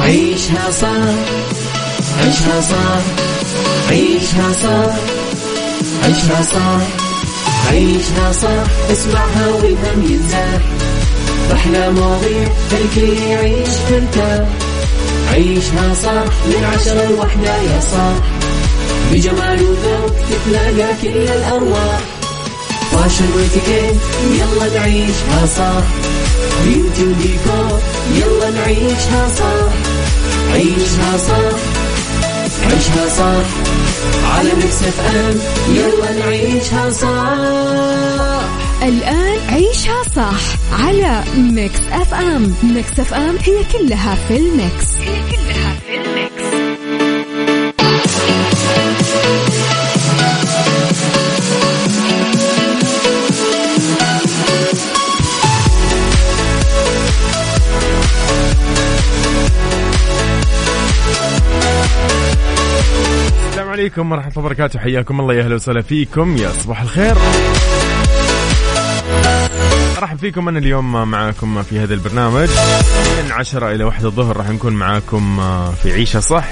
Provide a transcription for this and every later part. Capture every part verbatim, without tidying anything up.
عيشها صح عيشها صح عيشها صح عيشها صح عيشها صح اسمعها والهم ينزاح أحلى مواضيع الكل يعيش مرتاح عيشها صح من عشرة لوحدة يا صاح بجمال وذوق تتلاقى كل الأرواح فاشل واتيكيت يلا نعيشها صح بيوتي وديكور يلا نعيشها صح عيشها صح عيشها صح على ميكس اف ام يلا نعيشها صح. الآن عيشها صح على ميكس اف ام. ميكس اف ام هي كلها في الميكس هي كلها في الميكس. السلام عليكم ورحمة الله وبركاته. حياكم الله، يا أهلا وسهلا فيكم، يا صباح الخير. أرحب فيكم أنا اليوم معاكم في هذا البرنامج من عشرة إلى واحدة الظهر. راح نكون معاكم في عيشة صح.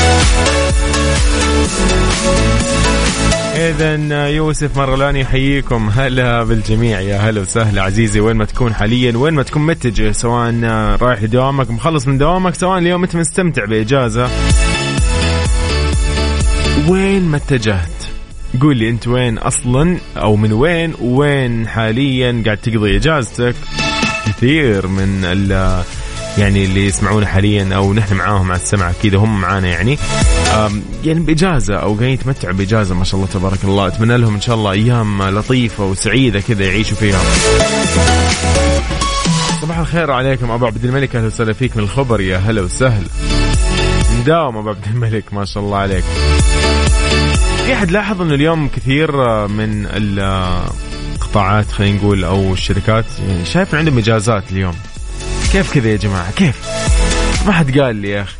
إذن يوسف مرغلاني يحييكم. هلا بالجميع، يا هلا وسهلا عزيزي، وين ما تكون حاليا، وين ما تكون متجه، سواء رايح لدوامك مخلص من دوامك، سواء اليوم أنت مستمتع بإجازة، وين ما اتجهت قول لي أنت وين أصلا، أو من وين وين حاليا قاعد تقضي إجازتك. كثير من ال يعني اللي يسمعونا حاليا أو نحن معاهم على السمع كذا هم معانا يعني يعني بإجازة أو قاعدين يتمتعوا بإجازة، ما شاء الله تبارك الله. أتمنى لهم إن شاء الله أيام لطيفة وسعيدة كذا يعيشوا فيها. صباح الخير عليكم أبو عبد الملك، أهلا وسهلا فيك من الخبر، يا هلا وسهلا. مداوم أبو عبد الملك، ما شاء الله عليك. في أحد لاحظ أنه اليوم كثير من القطاعات خلينا نقول أو الشركات يعني شايف عندهم إجازات اليوم؟ كيف كذا يا جماعة؟ كيف؟ ما حد قال لي يا أخي.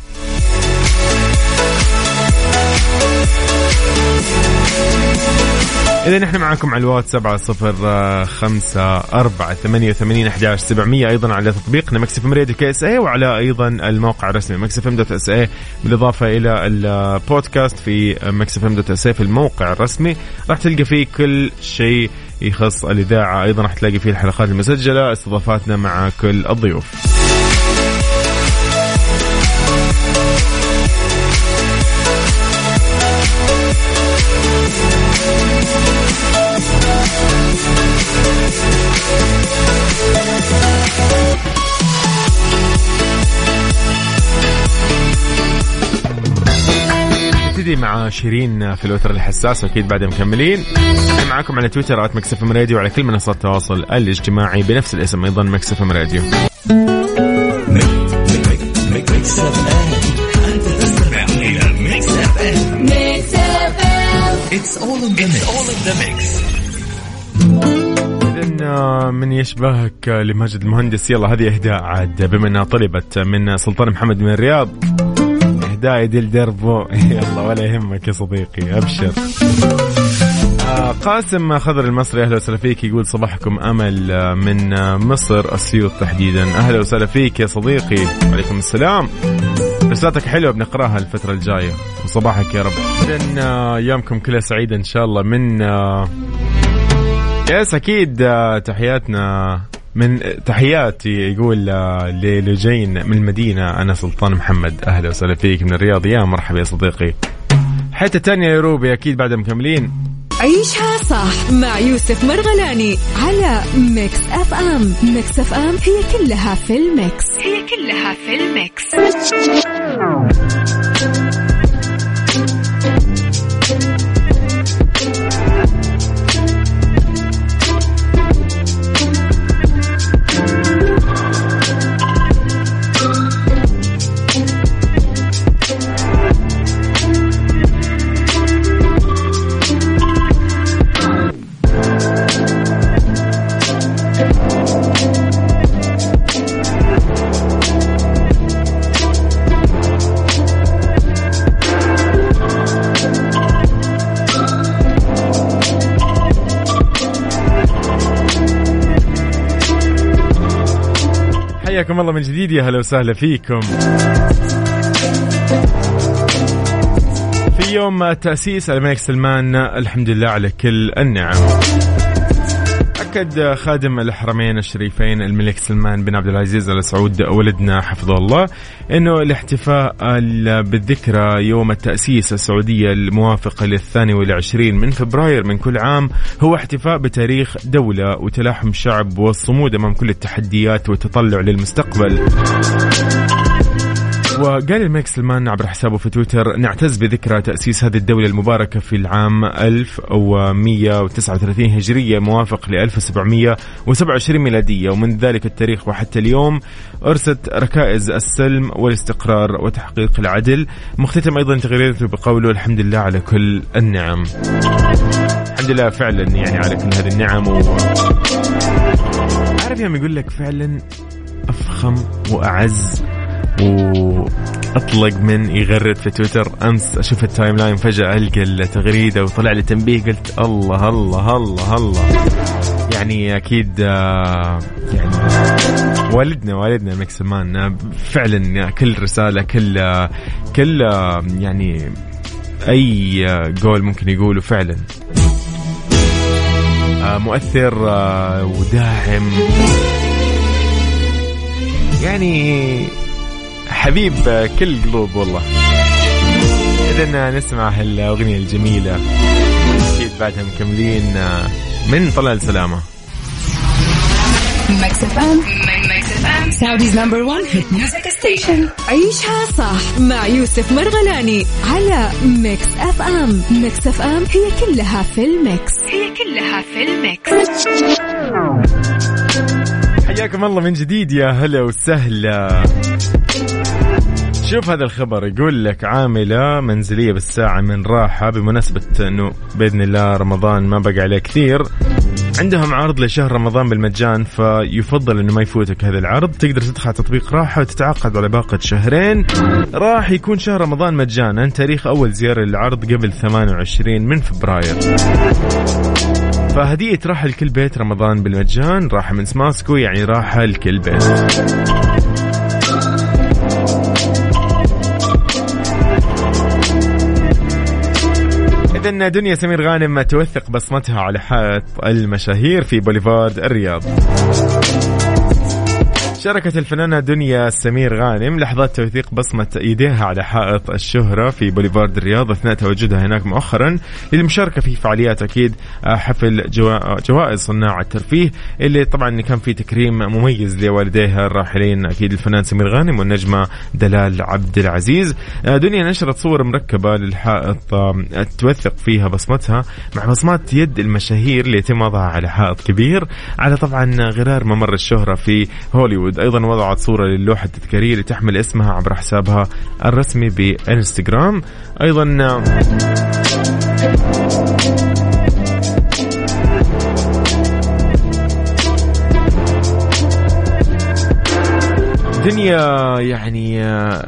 إذا نحن معكم على الواتس سبعة صفر خمسة أربعة ثمانية ثمانين أحد عشر سبعمية، أيضا على تطبيقنا مكس اف ام راديو كي اس اي، وعلى أيضا الموقع الرسمي مكس اف ام دوت اس اي، بالإضافة إلى البودكاست في مكس اف ام دوت اس اي في الموقع الرسمي. راح تلقى فيه كل شيء يخص الإذاعة، أيضا راح تلاقي فيه الحلقات المسجلة، استضافاتنا مع كل الضيوف. مع شيرين في الوتر الحساس، واكيد بعد مكملين معاكم على تويتر ات مكس اف ام راديو، وعلى كل منصات التواصل الاجتماعي بنفس الاسم ايضا مكس اف ام راديو. إذن من يشبهك لماجد المهندس؟ يلا هذه إهداء عاد بما أنها طلبت من سلطان محمد من الرياض. إهداء يدل دربو. يلا ولا يهمك يا صديقي، أبشر. آه قاسم خضر المصري، أهلا وسهلا فيك، يقول صباحكم أمل من مصر أسيوط تحديدا. أهلا وسهلا فيك يا صديقي. وعليكم السلام. رسالتك حلوة بنقراها الفترة الجاية، وصباحك يا رب. إذن أيامكم كلها سعيدة إن شاء الله. من آه يس أكيد آه تحياتنا من تحياتي يقول للجين من المدينة، أنا سلطان محمد، أهلا وسهلا فيك من الرياض. يا مرحبا يا صديقي. حتى تانية يا روبي، أكيد بعد مكملين. عيشها صح مع يوسف مرغلاني على ميكس اف ام. ميكس اف ام هي كلها في الميكس هي كلها في الميكس. حياكم الله من جديد، يا هلا وسهلا فيكم. يوم تأسيس الملك سلمان الحمد لله على كل النعم. أكد خادم الحرمين الشريفين الملك سلمان بن عبد العزيز آل سعود ولدنا حفظه الله أنه الاحتفاء بالذكرى يوم التأسيس السعودية الموافق للثاني والعشرين من فبراير من كل عام هو احتفاء بتاريخ دولة وتلاحم شعب والصمود أمام كل التحديات والتطلع للمستقبل. وقال الملك سلمان عبر حسابه في تويتر: نعتز بذكرى تأسيس هذه الدولة المباركة في العام ألف ومئة وتسعة وثلاثين هجرية موافق ل ألف وسبعمئة وسبعة وعشرين ميلادية، ومن ذلك التاريخ وحتى اليوم أرست ركائز السلم والاستقرار وتحقيق العدل. مختتم أيضا تغريدته بقوله: الحمد لله على كل النعم. الحمد لله فعلا يعني على كل هذه النعم. و... عارف يوم يقول لك فعلا أفخم وأعز وأطلق من يغرد في تويتر. أمس أشوف التايم لاين فجأة ألقى التغريدة وطلع لي تنبيه، قلت الله الله الله الله. يعني أكيد يعني والدنا والدنا الملك سلمان فعلا كل رسالة كل كل يعني أي قول ممكن يقوله فعلا مؤثر وداعم، يعني حبيب كل قلوب والله. إذن نسمع هالأغنية الجميلة أكيد بعدها مكملين من طلع السلامة. ميكس اف ام Saudi's number one hit music station. عيشها صح مع يوسف مرغلاني على ميكس اف ام. ميكس اف ام هي كلها في الميكس، هي كلها في الميكس. حياكم الله من جديد، يا هلا وسهلا. شوف هذا الخبر يقول لك عاملة منزلية بالساعة من راحة بمناسبة أنه بإذن الله رمضان ما بقى عليه كثير، عندهم عرض لشهر رمضان بالمجان، فيفضل أنه ما يفوتك هذا العرض. تقدر تدخل تطبيق راحة وتتعاقد على باقة شهرين. راح يكون شهر رمضان مجانا. تاريخ أول زيارة للعرض قبل ثمانية وعشرين من فبراير. فهدية راحة لكل بيت رمضان بالمجان، راحة من سماسكو يعني راحة لكل بيت. إذن دنيا سمير غانم توثق بصمتها على حائط المشاهير في بوليفارد الرياض. شاركت الفنانة دنيا سمير غانم لحظات توثيق بصمة إيديها على حائط الشهرة في بوليفارد الرياض أثناء تواجدها هناك مؤخرا للمشاركة في فعاليات أكيد حفل جوا... جوائز صناع الترفيه، اللي طبعا كان في تكريم مميز لوالديها الراحلين أكيد الفنان سمير غانم والنجمة دلال عبد العزيز. دنيا نشرت صور مركبة للحائط توثق فيها بصمتها مع بصمات يد المشاهير اللي يتم وضعها على حائط كبير على طبعا غرار ممر الشهرة في هوليوود. أيضا وضعت صورة للوحة التذكارية اللي تحمل اسمها عبر حسابها الرسمي بإنستغرام. أيضا دنيا يعني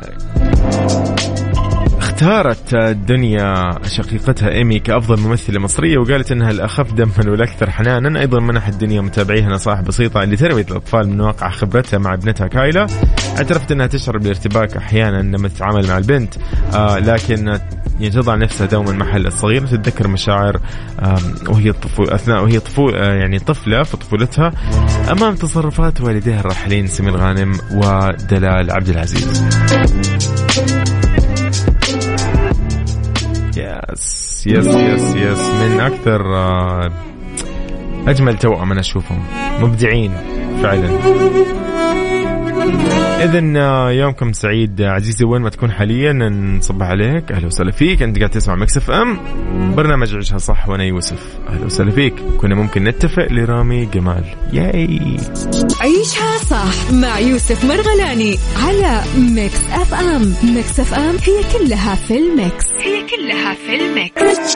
اختارت الدنيا شقيقتها إيمي كأفضل ممثلة مصرية، وقالت أنها الأخف دما والأكثر حنانا. أيضا منحت الدنيا متابعيها نصائح بسيطة لتربية الأطفال من واقع خبرتها مع ابنتها كايلا. اعترفت أنها تشعر بالارتباك أحيانا لما تتعامل مع البنت، آه لكن تضع نفسها دوما محل الصغير وتتذكر مشاعر آه وهي طفولة أثناء وهي طفولة آه يعني طفلة في طفولتها أمام تصرفات والديها الراحلين سمير غانم ودلال عبد العزيز. يس يس يس يس من أكثر أجمل توأم أنا أشوفهم، مبدعين فعلا. إذن يومكم سعيد عزيزي وين ما تكون حاليا، نصبح عليك. أهلا وسهلا فيك، أنت قاعد تسمع ميكس اف ام برنامج عيشها صح وأنا يوسف. أهلا وسهلا فيك. كنا ممكن نتفق لرامي جمال. ياي عيشها صح مع يوسف مرغلاني على ميكس اف ام. ميكس اف ام هي كلها في الميكس، هي كلها في الميكس.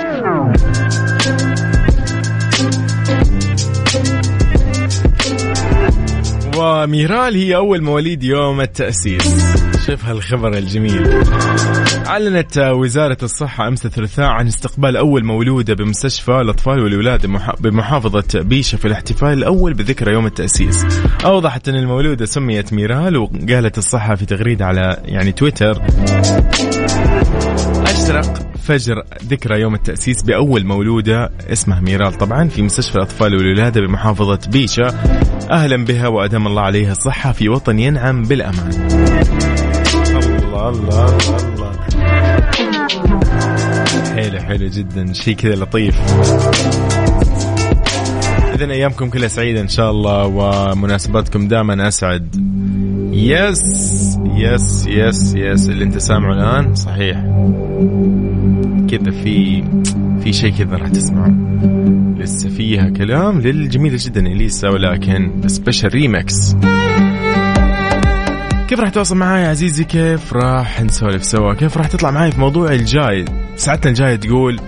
وميرال هي أول مواليد يوم التأسيس. شوف هالخبر الجميل. أعلنت وزارة الصحة أمس الثلاثاء عن استقبال أول مولودة بمستشفى الأطفال والولادة بمحافظة بيشة في الاحتفال الأول بذكرى يوم التأسيس. أوضحت أن المولودة سميت ميرال، وقالت الصحة في تغريدة على يعني تويتر: يشرق فجر ذكرى يوم التأسيس بأول مولودة اسمها ميرال طبعا في مستشفى الأطفال والولادة بمحافظة بيشة. أهلا بها وأدام الله عليها الصحة في وطن ينعم بالأمان. الله الله الله الله، حلو حلو جدا، شيء كذا لطيف. إذن أيامكم كلها سعيدة إن شاء الله ومناسباتكم دائما أسعد. يس يس يس يس اللي انت سامعه الآن صحيح كذا، في في شيء كذا راح تسمعه لسه فيها كلام للجميلة جدا إليسا، ولكن سبيشال ريمكس. كيف راح تواصل معاي عزيزي؟ كيف راح نسولف سوا؟ كيف راح تطلع معاي في موضوع الجاي ساعتنا الجاية؟ تقول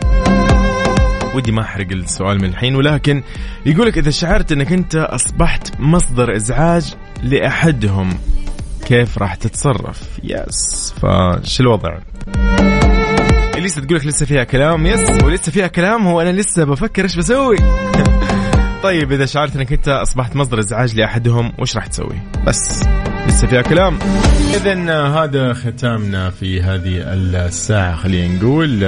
ودي ما أحرق السؤال من الحين، ولكن يقولك إذا شعرت أنك أنت أصبحت مصدر إزعاج لأحدهم كيف راح تتصرف؟ يس، فش الوضع؟ لسه تقولك لسه فيها كلام. يس، ولسه فيها كلام، هو أنا لسه بفكر إيش بسوي. طيب إذا شعرت أنك أنت أصبحت مصدر إزعاج لأحدهم وش راح تسوي؟ بس لسه فيها كلام. إذن هذا ختامنا في هذه الساعة، خلينا نقول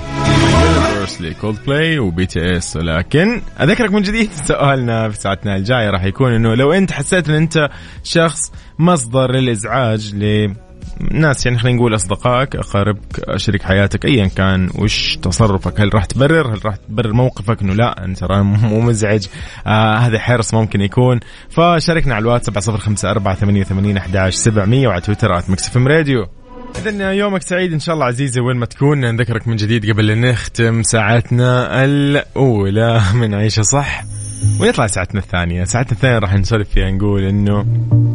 لكولدبلاي وبي تي اس. ولكن أذكرك من جديد سؤالنا في ساعتنا الجاية راح يكون إنه لو أنت حسيت إن أنت شخص مصدر للإزعاج لناس، يعني خلينا نقول أصدقائك، أقاربك، شريك حياتك، أيا كان، وش تصرفك؟ هل راح تبرر؟ هل راح تبرر موقفك إنه لا أنت ترى مو مزعج؟ آه هذا حرص ممكن يكون. فشاركنا على الواتس سبعة صفر خمسة أربعة ثمانية ثمانية أحد عشر سبعمية وعلى تويتر آت ميكس إف إم راديو. إذن يومك سعيد إن شاء الله عزيزي وين ما تكون. نذكرك من جديد قبل أن نختم ساعتنا الأولى من عيشة صح ونطلع ساعتنا الثانية. ساعتنا الثانية راح نسولف فيها، نقول إنه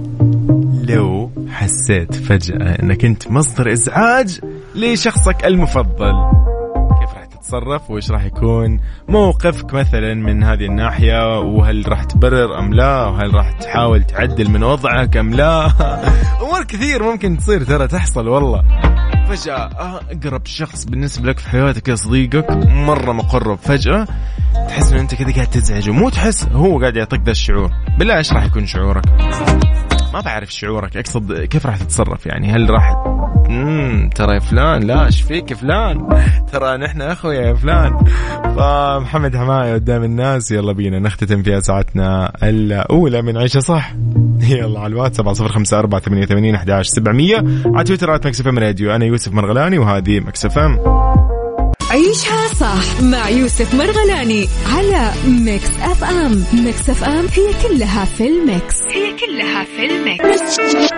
لو حسيت فجأة أنك أنت مصدر إزعاج لشخصك المفضل كيف راح تتصرف؟ وإيش راح يكون موقفك مثلا من هذه الناحية؟ وهل راح تبرر أم لا؟ وهل راح تحاول تعدل من وضعك أم لا؟ أمور كثير ممكن تصير ترى، تحصل والله. فجأة أقرب شخص بالنسبة لك في حياتك يا صديقك مرة مقرب، فجأة تحس أن أنت كذا قاعد تزعج، ومو تحس، هو قاعد يعطيك ذا الشعور. بالله إيش راح يكون شعورك؟ ما بعرف شعورك، أقصد كيف راح تتصرف. يعني هل راح امم ترى يا فلان، لا ايش فيك يا فلان، ترى نحن اخويا يا فلان. فمحمد حماية قدام الناس، يلا بينا نختتم فيها ساعتنا الأولى من عيشة صح. يلا على الواتس سبعة صفر خمسة أربعة ثمانية ثمانية أحد عشر سبعمية، على تويتر آت ميكس إف إم راديو. أنا يوسف مرغلاني وهذه ميكس إف إم. عيشها صح مع يوسف مرغلاني على ميكس أف أم. ميكس أف أم هي كلها في الميكس، هي كلها في الميكس.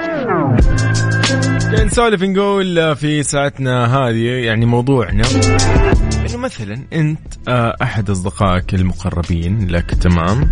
نسولف نقول في ساعتنا هذه يعني موضوعنا إنه مثلا أنت أحد أصدقائك المقربين لك، تمام،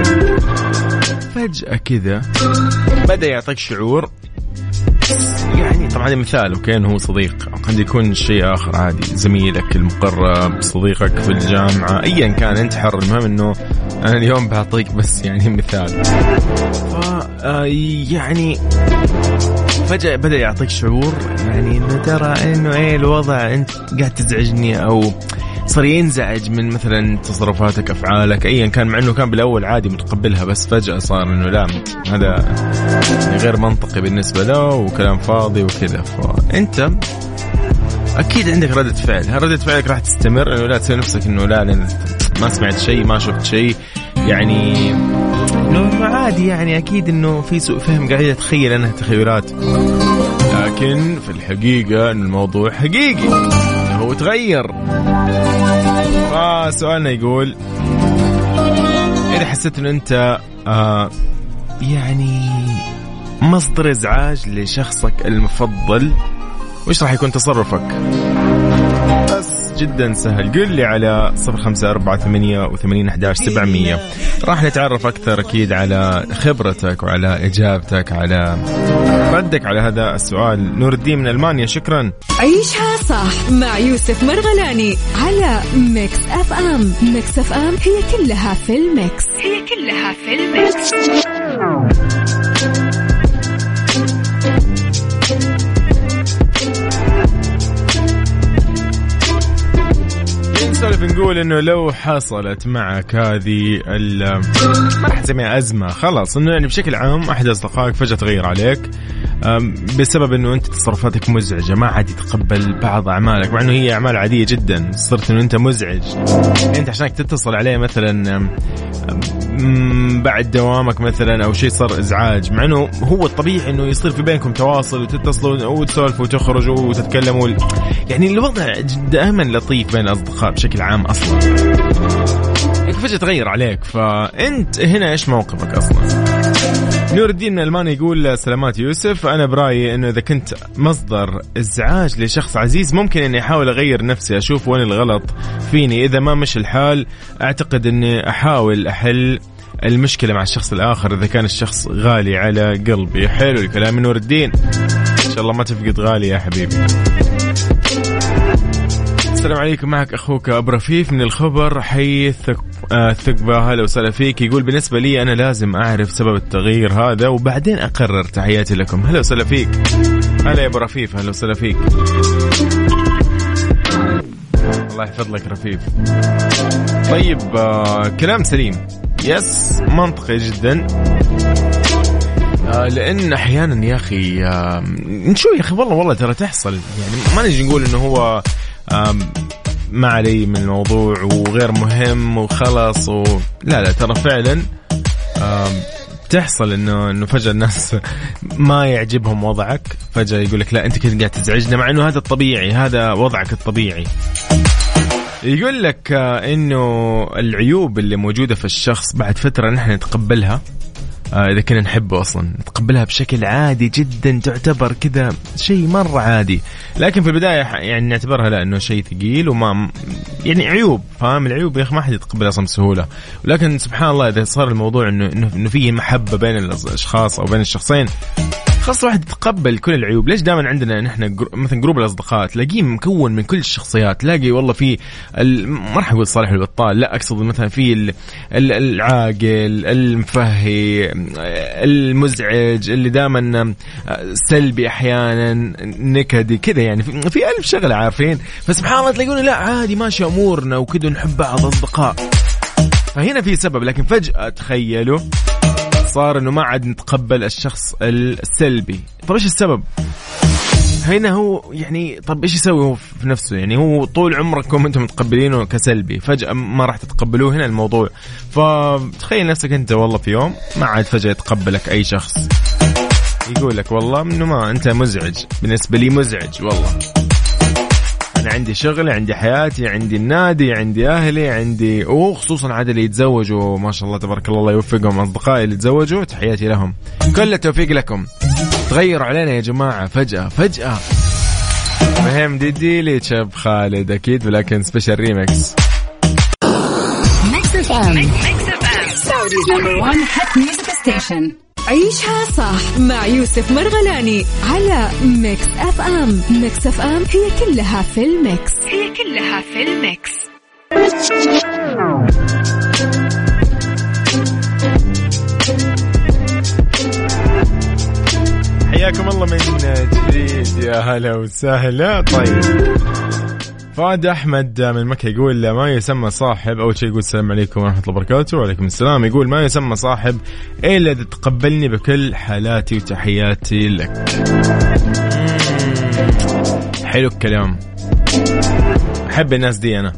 فجأة كذا بدأ يعطيك شعور، يعني طبعا مثال وكان هو صديق، قد يكون شيء آخر عادي، زميلك المقرب، صديقك في الجامعة، أيا كان أنت حر. المهم إنه أنا اليوم بعطيك بس يعني مثال. ف يعني فجأة بدأ يعطيك شعور يعني إنه ترى إنه إيه الوضع، أنت قاعد تزعجني، أو صار ينزعج من مثلا تصرفاتك، أفعالك، أيا كان، مع إنه كان بالأول عادي متقبلها، بس فجأة صار إنه لا، هذا غير منطقي بالنسبة له وكلام فاضي وكذا. فأنت أكيد عندك ردة فعل، ردة فعلك راح تستمر، إنه لا تسوي نفسك إنه لا ما سمعت شيء، ما شفت شيء، يعني إنه عادي، يعني أكيد إنه في سوء فهم، قاعد يتخيل أنها تخيلات، لكن في الحقيقة إنه الموضوع حقيقي، هو تغير. فسؤالنا يقول إذا حسيت إن أنت آه يعني مصدر إزعاج لشخصك المفضل وإيش راح يكون تصرفك؟ بس جدا سهل، قل لي على صفر خمسة أربعة ثمانية وثمانين أحد عشر سبعمية. راح نتعرف أكثر أكيد على خبرتك وعلى إجابتك، على ردك على هذا السؤال. نور الدين من ألمانيا، شكرا. عيشها صح مع يوسف مرغلاني على ميكس أف أم. ميكس أف أم هي كلها في الميكس، هي كلها في الميكس. نسولف نقول إنه لو حصلت معك هذه ال ما راح نسميها أزمة، خلاص إنه يعني بشكل عام أحد أصدقائك فجأة تغير عليك، بسبب أنه أنت تصرفاتك مزعجة، ما عاد يتقبل بعض أعمالك مع أنه هي أعمال عادية جدا، صرت أنه أنت مزعج. أنت عشانك تتصل عليه مثلا بعد دوامك مثلا أو شيء صار إزعاج، مع أنه هو الطبيعي أنه يصير في بينكم تواصل وتتصلوا وتسولفوا وتخرجوا وتتكلموا، يعني الوضع دائما لطيف بين الأصدقاء بشكل عام أصلا. فجأة تغير عليك، فأنت هنا إيش موقفك أصلا؟ نور الدين الألماني يقول سلامات يوسف، أنا برأيي أنه إذا كنت مصدر إزعاج لشخص عزيز ممكن أني أحاول أغير نفسي، أشوف وين الغلط فيني، إذا ما مش الحال أعتقد أني أحاول أحل المشكلة مع الشخص الآخر إذا كان الشخص غالي على قلبي. حلو الكلام نور الدين، إن شاء الله ما تفقد غالي يا حبيبي. السلام عليكم، معك أخوك أبو رفيف من الخبر حي الثقبة. هلا وسهلا فيك. يقول بالنسبة لي أنا لازم أعرف سبب التغيير هذا وبعدين أقرر. تحياتي لكم. هلا وسهلا فيك. هلا يا أبو رفيف، هلا وسهلا فيك. الله يحفظ لك رفيف. طيب آه، كلام سليم، يس منطقي جدا. آه لأن أحيانا يا أخي آه نشوف يا أخي والله والله ترى تحصل، يعني ما نجي نقول إنه هو آه ما علي من الموضوع وغير مهم وخلاص و... لا لا ترى فعلا آه تحصل إنه إنه فجأة الناس ما يعجبهم وضعك، فجأة يقول لك لا أنت كده قاعد تزعجنا، مع إنه هذا الطبيعي، هذا وضعك الطبيعي. يقول لك آه إنه العيوب اللي موجودة في الشخص بعد فترة نحن نتقبلها، آه إذا كنا نحبه أصلا نتقبلها بشكل عادي جدا، تعتبر كذا شيء مرة عادي، لكن في البداية يعني نعتبرها لا إنه شيء ثقيل وما يعني عيوب، فاهم؟ العيوب يا أخي ما حد يتقبلها أصلا بسهولة، ولكن سبحان الله إذا صار الموضوع إنه إنه إنه فيه محبة بين الأشخاص أو بين الشخصين، خلاص واحد يتقبل كل العيوب. ليش دائما عندنا نحن مثلا جروب الأصدقاء تلاقيه مكون من كل الشخصيات، تلاقي والله في ما راح أقول صالح والبطال، لا أقصد مثلا في العاقل، المفهي، المزعج، اللي دائما سلبي، أحيانا نكدي كذا، يعني في ألف شغلة عارفين. فسبحان الله تلاقونه لا عادي ماشي أمورنا وكذا نحب بعض أصدقاء، فهنا في سبب. لكن فجأة تخيلوا صار إنه ما عاد نتقبل الشخص السلبي. طب إيش السبب هنا؟ هو يعني طب إيش يسوي هو في نفسه؟ يعني هو طول عمركم أنتم متقبلينه كسلبي، فجأة ما راح تتقبلوه، هنا الموضوع. فتخيل نفسك أنت والله في يوم ما عاد فجأة يتقبلك أي شخص، يقول لك والله إنه ما أنت مزعج، بالنسبة لي مزعج والله، أنا عندي شغل، عندي حياتي، عندي النادي، عندي أهلي، عندي، وخصوصا عاد اللي يتزوجوا ما شاء الله تبارك الله، الله يوفقهم، أصدقائي اللي يتزوجوا تحياتي لهم، كل التوفيق لكم. تغيروا علينا يا جماعة فجأة فجأة. مهم ديدي لي شاب خالد أكيد، ولكن سبيشال ريمكس. عيشها صح مع يوسف مرغلاني على ميكس اف ام. ميكس اف ام هي كلها في الميكس، هي كلها في الميكس. حياكم الله من جديد، يا هلا وسهلا. طيب فؤاد أحمد من مكة يقول ما يسمى صاحب، أول شيء يقول السلام عليكم ورحمة الله وبركاته. وعليكم السلام. يقول ما يسمى صاحب إلا إذا تقبلني بكل حالاتي وتحياتي لك. حلو الكلام، أحب الناس دي أنا.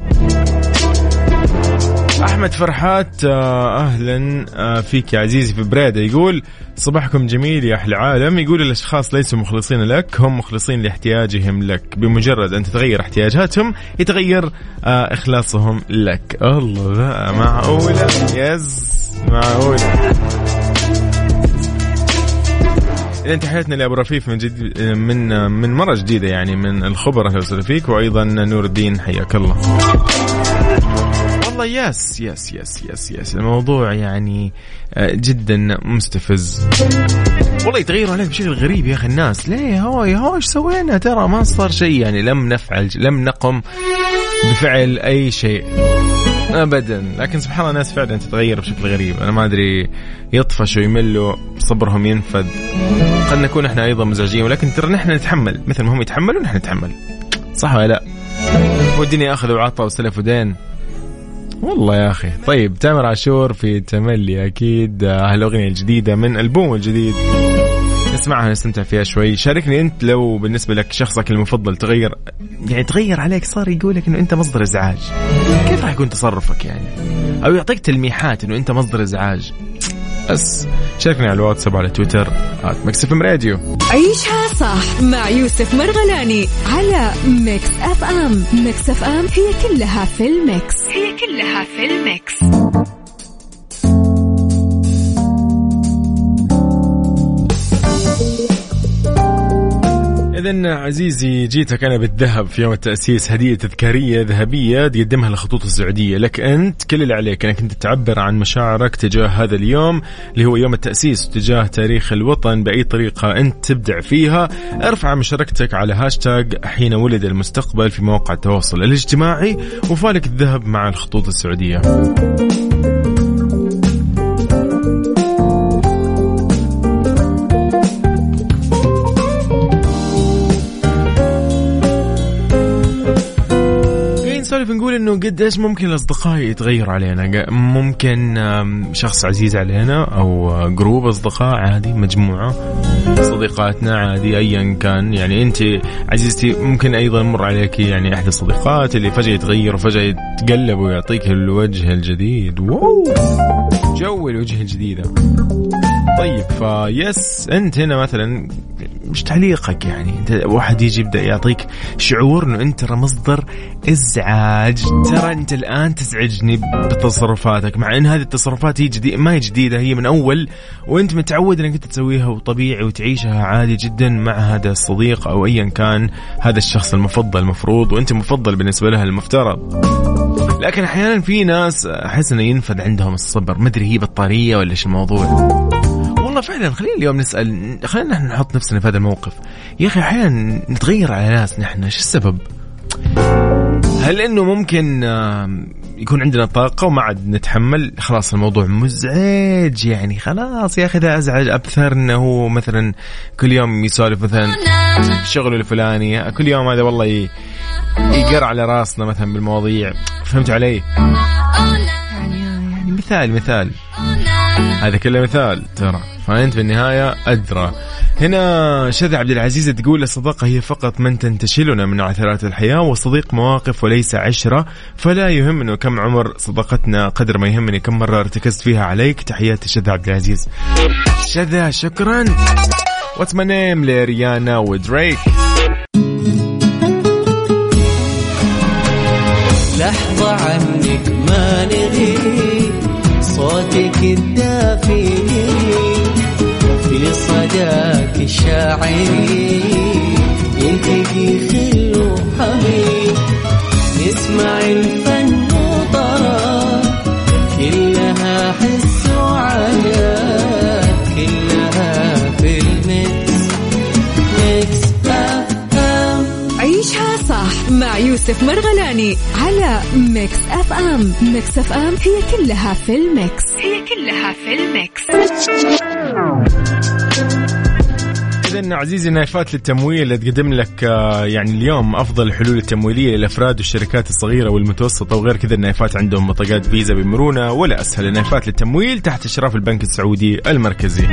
أحمد فرحات أهلا فيك يا عزيزي في بريدة، يقول صباحكم جميل يا أحلى عالم. يقول الأشخاص ليسوا مخلصين لك، هم مخلصين لاحتياجهم لك، بمجرد أن تتغير احتياجاتهم يتغير إخلاصهم لك. الله لا معقولة، يز معقولة. إذا تحياتنا لأبو رفيف من جد من من مرة جديدة، يعني من الخبر، أهلا وسهلا فيك. وأيضا نور الدين حياك الله. والله يس يس يس يس يس الموضوع يعني جدا مستفز والله، يتغيروا عليك بشكل غريب يا أخي الناس. ليه هو هو إيش سوينا؟ ترى ما صار شيء، يعني لم نفعل، لم نقم بفعل أي شيء أبدا، لكن سبحان الله الناس فعلا تتغير بشكل غريب. أنا ما أدري يطفشوا يملوا، صبرهم ينفذ، قد نكون إحنا أيضا مزعجين، ولكن ترى نحن نتحمل مثل ما هم يتحملوا، نحن نتحمل، صح ولا لا؟ والدنيا أخذ وعطى وسلف ودين والله يا أخي. طيب تامر عاشور في تملي أكيد، هالأغنية الجديدة من ألبوم الجديد نسمعها نستمتع فيها شوي. شاركني أنت لو بالنسبة لك شخصك المفضل تغير يعني تغير عليك، صار يقولك إنه أنت مصدر إزعاج، كيف راح يكون تصرفك يعني؟ أو يعطيك تلميحات إنه أنت مصدر إزعاج. بس شاركني على الواتساب على تويتر ميكس اف ام راديو. عيشها صح مع يوسف مرغلاني على ميكس اف ام. ميكس اف ام هي كلها في الميكس، هي كلها في الميكس. إذن عزيزي جيتك أنا بالذهب في يوم التأسيس، هدية تذكارية ذهبية تقدمها لخطوط السعودية لك أنت. كل اللي عليك أنك أنت تعبر عن مشاعرك تجاه هذا اليوم اللي هو يوم التأسيس، تجاه تاريخ الوطن بأي طريقة أنت تبدع فيها. ارفع مشاركتك على هاشتاج حين ولد المستقبل في مواقع التواصل الاجتماعي، وفالك الذهب مع الخطوط السعودية. نقول إنه قديش ممكن الأصدقاء يتغيروا علينا. ممكن شخص عزيز علينا أو جروب أصدقاء عادي، مجموعة صديقاتنا عادي أيا كان. يعني أنت عزيزتي ممكن أيضا مر عليك يعني أحد الصديقات اللي فجأة يتغير وفجأة يتقلب ويعطيك الوجه الجديد. واو جو الوجه الجديدة. طيب فيس أنت هنا مثلا مش تعليقك، يعني أنت واحد يجي يبدأ يعطيك شعور إنه أنت مصدر إزعاج، ترى أنت الآن تزعجني بتصرفاتك، مع إن هذه التصرفات هي جديدة، ما هي جديدة، هي من أول وأنت متعود إنك أنت تسويها وطبيعي وتعيشها عادي جدا مع هذا الصديق أو أيا كان هذا الشخص المفضل المفروض، وأنت مفضل بالنسبة لها المفترض. لكن أحيانا في ناس أحس إنه ينفذ عندهم الصبر، مدري هي بطارية ولا إيش الموضوع. والله فعلا خلينا اليوم نسأل، خلينا نحن نحط نفسنا في هذا الموقف. يا أخي أحيانا نتغير على ناس نحن، إيش السبب؟ هل إنه ممكن يكون عندنا طاقة وما عاد نتحمل، خلاص الموضوع مزعج يعني خلاص يا أخي ذا أزعج أكثر، إنه هو مثلا كل يوم يسولف مثلا شغله الفلاني، كل يوم هذا والله يقر على راسنا مثلا بالمواضيع، فهمت علي؟ يعني يعني مثال مثال هذا كله مثال ترى، فأنت في النهاية أدرى. هنا شذى عبد العزيز تقول الصداقة هي فقط من تنتشلنا من عثرات الحياة، والصديق مواقف وليس عشرة، فلا يهمني كم عمر صداقتنا قدر ما يهمني كم مرة ارتكزت فيها عليك. تحياتي شذى عبد العزيز. شذى شكرا. What's my name لريانا ودريك. لحظة عنك ما نغيب، صوتك الدافي في صداك الشاعري، يلتقي خل وحبيب، نسمع الفن وطرا، كلها حس وعياء، كلها في الميكس. ميكس اف ام. عيشها صح مع يوسف مرغلاني على ميكس اف ام. ميكس اف ام هي كلها في الميكس، هي كلها في الميكس. إذن عزيزي نايفات للتمويل اللي تقدم لك يعني اليوم أفضل الحلول التمويلية للأفراد والشركات الصغيرة والمتوسطة، وغير كذا النايفات عندهم بطاقات فيزا بمرونة ولا أسهل. النايفات للتمويل تحت إشراف البنك السعودي المركزي.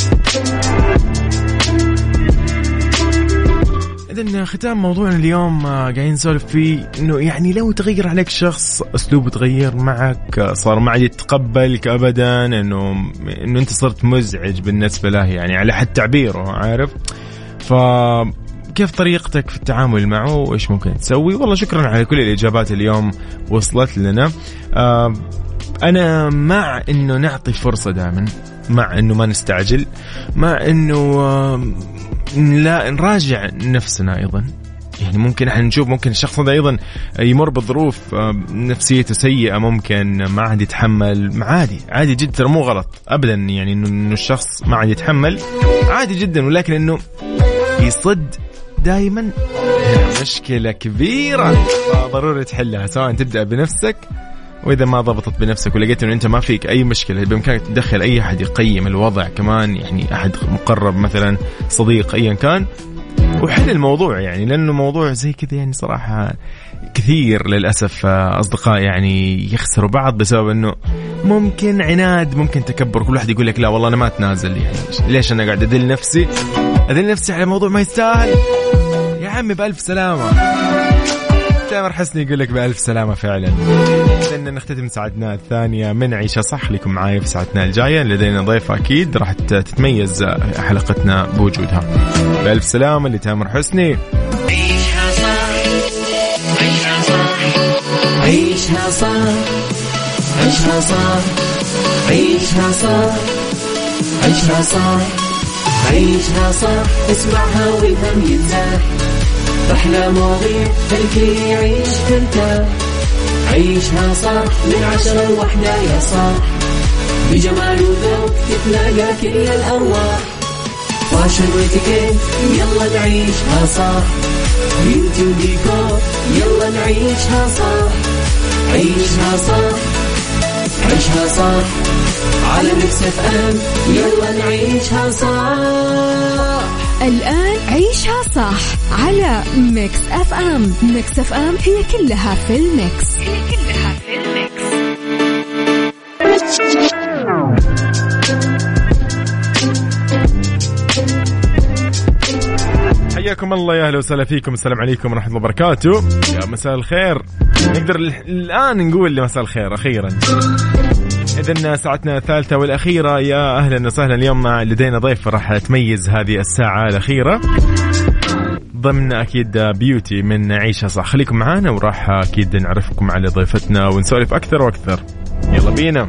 إذن ختام موضوعنا اليوم قاعدين نسولف فيه إنه يعني لو تغير عليك شخص، أسلوبه تغير معك، صار ما عاد يتقبلك أبدا، إنه إنه أنت صرت مزعج بالنسبة له يعني على حد تعبيره، عارف؟ فكيف طريقتك في التعامل معه وإيش ممكن تسوي؟ والله شكرا على كل الإجابات اليوم وصلت لنا. آه أنا مع إنه نعطي فرصة دائما، مع إنه ما نستعجل، مع إنه آه لا نراجع نفسنا أيضا. يعني ممكن احنا نشوف ممكن الشخص هذا أيضا يمر بظروف نفسيته سيئة، ممكن ما عاد يتحمل، عادي عادي جدا، مو غلط أبدا يعني إنه الشخص ما عاد يتحمل، عادي جدا، ولكن إنه يصد دائما مشكلة كبيرة ضروري تحلها، سواء تبدأ بنفسك، وإذا ما ضبطت بنفسك ولقيت إنه أنت ما فيك أي مشكلة، بإمكانك تدخل أي أحد يقيم الوضع كمان، يعني أحد مقرب مثلا صديق أيا كان، وحل الموضوع يعني، لأنه موضوع زي كذا يعني صراحة كثير للأسف أصدقاء يعني يخسروا بعض بسبب أنه ممكن عناد، ممكن تكبر. كل واحد يقول لك لا والله أنا ما أتنازل، يعني ليش أنا قاعد أدل نفسي أدل نفسي على موضوع ما يستاهل؟ يا عمي بألف سلامة. تامر حسني يقول لك بألف سلامة فعلا. لأن نختتم ساعتنا الثانية من عيشة صح. لكم معايا في ساعتنا الجاية لدينا ضيفة أكيد راح تتميز حلقتنا بوجودها. بألف سلامة لتامر حسني. عيشها صح عيشها صح عيشها صح عيشها صح عيشها صح عيشها صح عيشها صح اسمعها والهم ينزاح، أحلى مواضيع الكل يعيش ترتاح. عيشها صح من عشرة لوحدة يا صاح، بجمال وذوق تتلاقى كل الأرواح. فاشل واتيكيت يلا نعيشها صح، بيوتي وديكور يلا نعيشها صح. عيشها صح عيشها صح على ميكس اف ام يلا نعيشها صح. الآن عيشها صح على ميكس اف ام. ميكس اف ام هي كلها في الميكس، هي كلها في الميكس. حياكم الله، يا اهلا وسهلا فيكم، السلام عليكم ورحمة الله وبركاته، يا مساء الخير. نقدر الآن نقول مساء الخير أخيرا. إذن ساعتنا الثالثة والأخيرة، يا أهلا وسهلا. اليوم لدينا ضيف راح تميز هذه الساعة الأخيرة ضمن أكيد بيوتي من عيشها صح. خليكم معانا وراح أكيد نعرفكم على ضيفتنا ونسولف أكثر وأكثر. يلا بينا.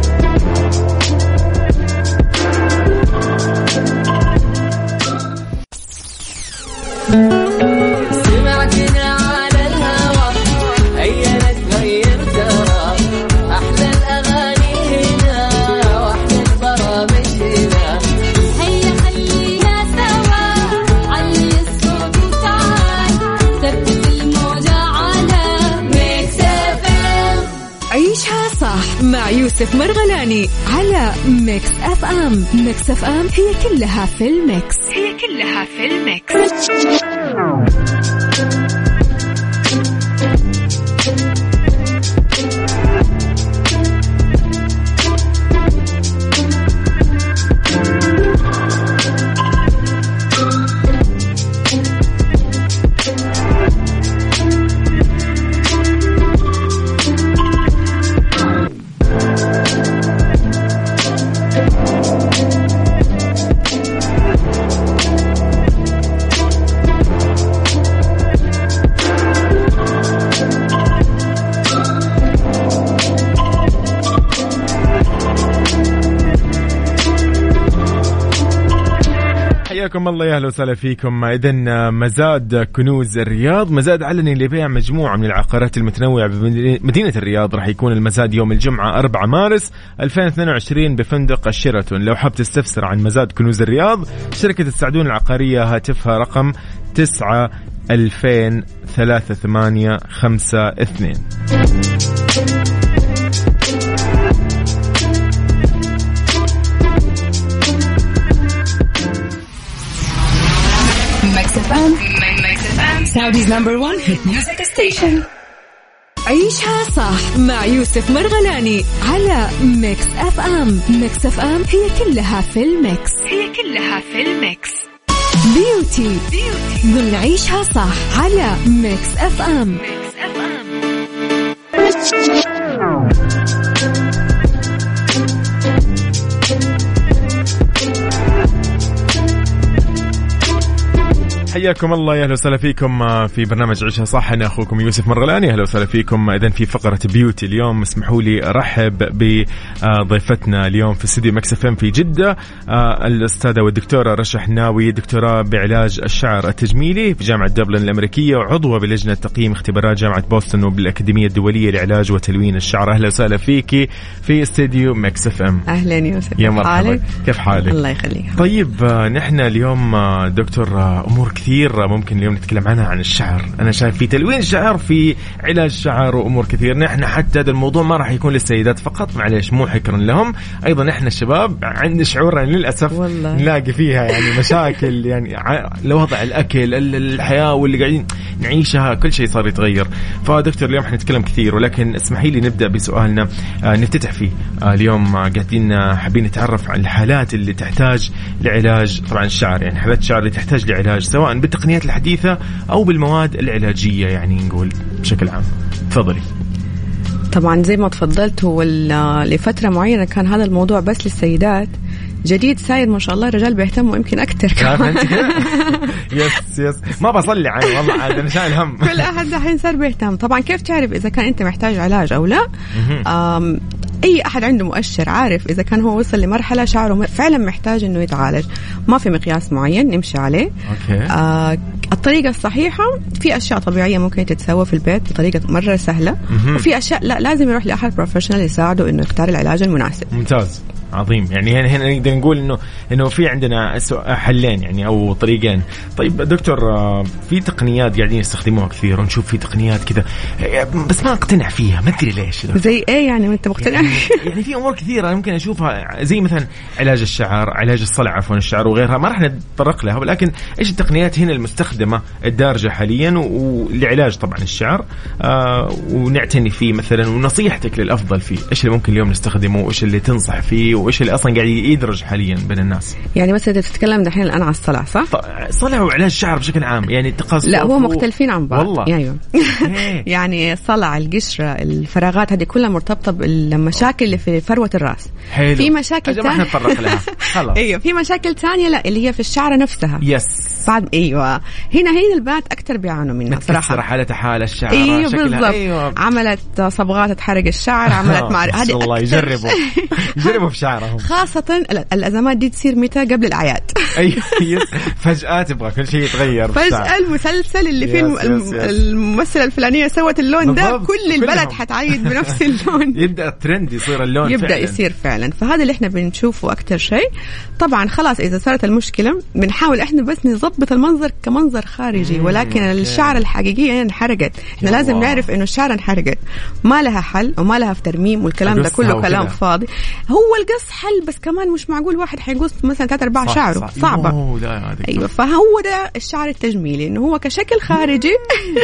مع يوسف مرغلاني على ميكس اف ام. ميكس اف ام هي كلها في الميكس، هي كلها في الميكس. حياكم الله، يا اهلا وسهلا فيكم. إذن مزاد كنوز الرياض مزاد علني لبيع مجموعة من العقارات المتنوعة بمدينة الرياض. راح يكون المزاد يوم الجمعة أربعة مارس ألفين واثنين وعشرين بفندق الشيراتون. لو حاب تستفسر عن مزاد كنوز الرياض، شركة السعدون العقارية هاتفها رقم تسعة ألفين ثلاثة ثمانية خمسة اثنين. Saudi's number one hit music station. عيشها صح مع يوسف مرغلاني على ميكس اف ام. ميكس اف ام هي كلها في الميكس، هي كلها في الميكس. بيوتي ضمن عيشها صح على ميكس اف ام. ميكس اف ام. حياكم الله، يا اهلا وسهلا فيكم في برنامج عيشها صح. انا اخوكم يوسف مرغلاني، اهلا وسهلا فيكم. اذا في فقره بيوتي اليوم اسمحوا لي ارحب بضيفتنا اليوم في استديو مكس اف ام في جده، الاستاذه والدكتوره رشا حناوي، دكتوراه بعلاج الشعر التجميلي في جامعه دبلن الامريكيه، وعضوه بلجنه تقييم اختبارات جامعه بوسطن وبالاكاديميه الدوليه لعلاج وتلوين الشعر. اهلا وسهلا فيكي في استديو مكس اف ام. اهلا يوسف، يا مرحبا، كيف حالك؟ الله يخليك. طيب نحن اليوم دكتور امور كثير ممكن اليوم نتكلم عنها، عن الشعر. أنا شايف في تلوين شعر، في علاج شعر وأمور كثير. نحن حتى هذا الموضوع ما راح يكون للسيدات فقط، معليش مو حكرا لهم، أيضا إحنا الشباب عندنا شعورنا للأسف والله. نلاقي فيها يعني مشاكل يعني لوضع الأكل، الحياة واللي قاعدين نعيشها، كل شيء صار يتغير. فدكتور اليوم حنتكلم كثير، ولكن اسمحي لي نبدأ بسؤالنا آه نفتتح فيه. آه اليوم آه قاعدين آه حابين نتعرف عن الحالات اللي تحتاج لعلاج، طبعا الشعر يعني حالات الشعر اللي تحتاج لعلاج سواء بالتقنيات الحديثة أو بالمواد العلاجية، يعني نقول بشكل عام. تفضلي. طبعا زي ما تفضلت، هو لفترة معينة كان هذا الموضوع بس للسيدات، جديد ساير ما شاء الله الرجال بيهتموا يمكن أكتر كمان. يس يس ما بصلي عني والله عاد أنا شايل هم. كل أحد الحين صار بيهتم. طبعا كيف تعرف إذا كان أنت محتاج علاج أو لا؟ أي أحد عنده مؤشر عارف إذا كان هو وصل لمرحلة شعره فعلا محتاج إنه يتعالج. ما في مقياس معين نمشي عليه. أوكي. آه الطريقة الصحيحة في أشياء طبيعية ممكن تتسوى في البيت بطريقة مرة سهلة، وفي أشياء لا لازم يروح لأحد بروفيشنال يساعده إنه يختار العلاج المناسب. ممتاز عظيم. يعني هنا هنا نقدر نقول انه انه في عندنا حلين يعني او طريقين. طيب دكتور، في تقنيات قاعدين يستخدموها كثير ونشوف في تقنيات كذا بس ما اقتنع فيها، ما ادري ليش. زي ايه يعني وانت مقتنع؟ يعني, يعني في امور كثيره ممكن اشوفها زي مثلا علاج الشعر، علاج الصلع عفوا الشعر وغيرها، ما راح نتطرق لها، ولكن ايش التقنيات هنا المستخدمه الدارجه حاليا ولعلاج طبعا الشعر آه ونعتني فيه مثلا، ونصيحتك للافضل فيه ايش اللي ممكن اليوم نستخدمه وايش اللي تنصح فيه وإيش اللي أصلاً قاعد يدرج حالياً بين الناس؟ يعني بس إذا تتكلم دحين الآن على الصلع صح؟ صلع وعلاج الشعر بشكل عام يعني تقص. لا هو مختلفين عن بعض والله. يعني, يعني صلع القشرة الفراغات هذه كلها مرتبطة بالمشاكل اللي في فروة الرأس. حلو. في مشاكل تانية ما نتطرق لها خلاص. أيوة في مشاكل تانية لا اللي هي في الشعر نفسها. يس. بعد أيوة هنا هنا البنات أكتر بيعانوا منها صراحة. حالة حالة الشعر. أيوة بالضبط. أيوة. عملت صبغات تحرق الشعر، عملت مع هذه. الله يجربوا يجربوا في شعرهم. خاصة الأزمات دي تصير متى؟ قبل الأعياد. أيوة فجأة تبغى كل شيء يتغير. فجأة المسلسل اللي فيه الممثلة الفلانية سوت اللون ده كل البلد حتعيد بنفس اللون. يبدأ الترند يصير اللون يبدأ فعلا. يصير فعلا. فهذا اللي احنا بنشوفه أكتر شيء. طبعا خلاص إذا صارت المشكلة بنحاول احنا بس نضبط المنظر كمنظر خارجي، ولكن الشعر الحقيقية انحرقت. احنا لازم نعرف إنه الشعر انحرقت، ما لها حل وما لها في ترميم، والكلام ده كله كلام فاضي. هو القص حل بس كمان مش معقول واحد حيقص مثلا ثلاثة أربعة شعره صح. صعبة. أيوة فهو ده الشعر التجميلي إنه هو كشكل خارجي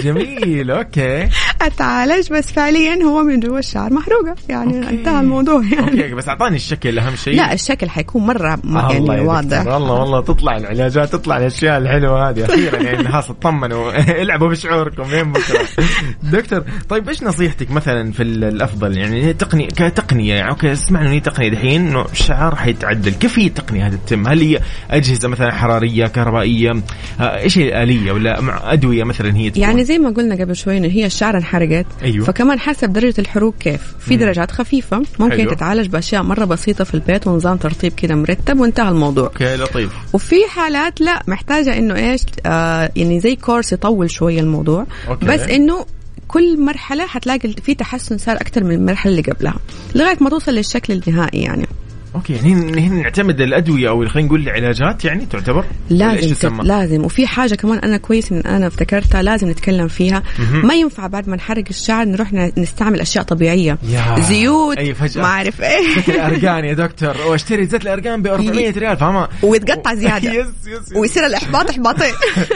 جميل. أوكي أتعالج بس فعليا هو من جوا الشعر محروقة يعني. أوكي. انتهى الموضوع يعني. أوكي بس أعطاني الشكل أهم شيء. لا الشكل حيكون مرة يعني واضح. والله والله تطلع العلاجات، تطلع الأشياء الحلوة هذه أخيرا يعني. خلاص اطمنوا العبوا بشعوركم لين بكرة. دكتور طيب إيش نصيحتك مثلا في الأفضل يعني تقنية كتقنية يعني؟ أوكي اسمعنا هي تقنية دحين إنه الشعر حيتعدل، كيف هي التقنية هذه تتم؟ هل هي أجهزة مثلا حرارية كهربائية؟ إيش هي الآلية ولا مع أدوية مثلا هي تكون؟ يعني زي ما قلنا قبل شوي إنه هي الشعر انحرقت. أيوه. فكمان حسب درجة الحروق كيف في مم. درجات خفيفة ممكن حلو. تتعالج بأشياء مرة بسيطة في البيت ونظام ترطيب كده مرتب وانتهى الموضوع. اوكي لطيف. وفي حالات لا محتاجة إنه إيش آه يعني زي كورس يطول شوية الموضوع. أوكي. بس إنه كل مرحلة هتلاقي في تحسن صار أكتر من المرحلة اللي قبلها لغاية ما توصل للشكل النهائي يعني. اوكي يعني هنا نعتمد الادويه او خلينا نقول العلاجات يعني تعتبر لازم لازم. وفي حاجه كمان انا كويس ان انا افتكرتها لازم نتكلم فيها. ما ينفع بعد ما نحرق الشعر نروح نستعمل اشياء طبيعيه زيوت ما اعرف ايه زيت الارغان يا دكتور واشتري زيت الارغان ب أربعمية ريال فاهمه ويتقطع زياده. يس يس ويصير الاحباط احباطين.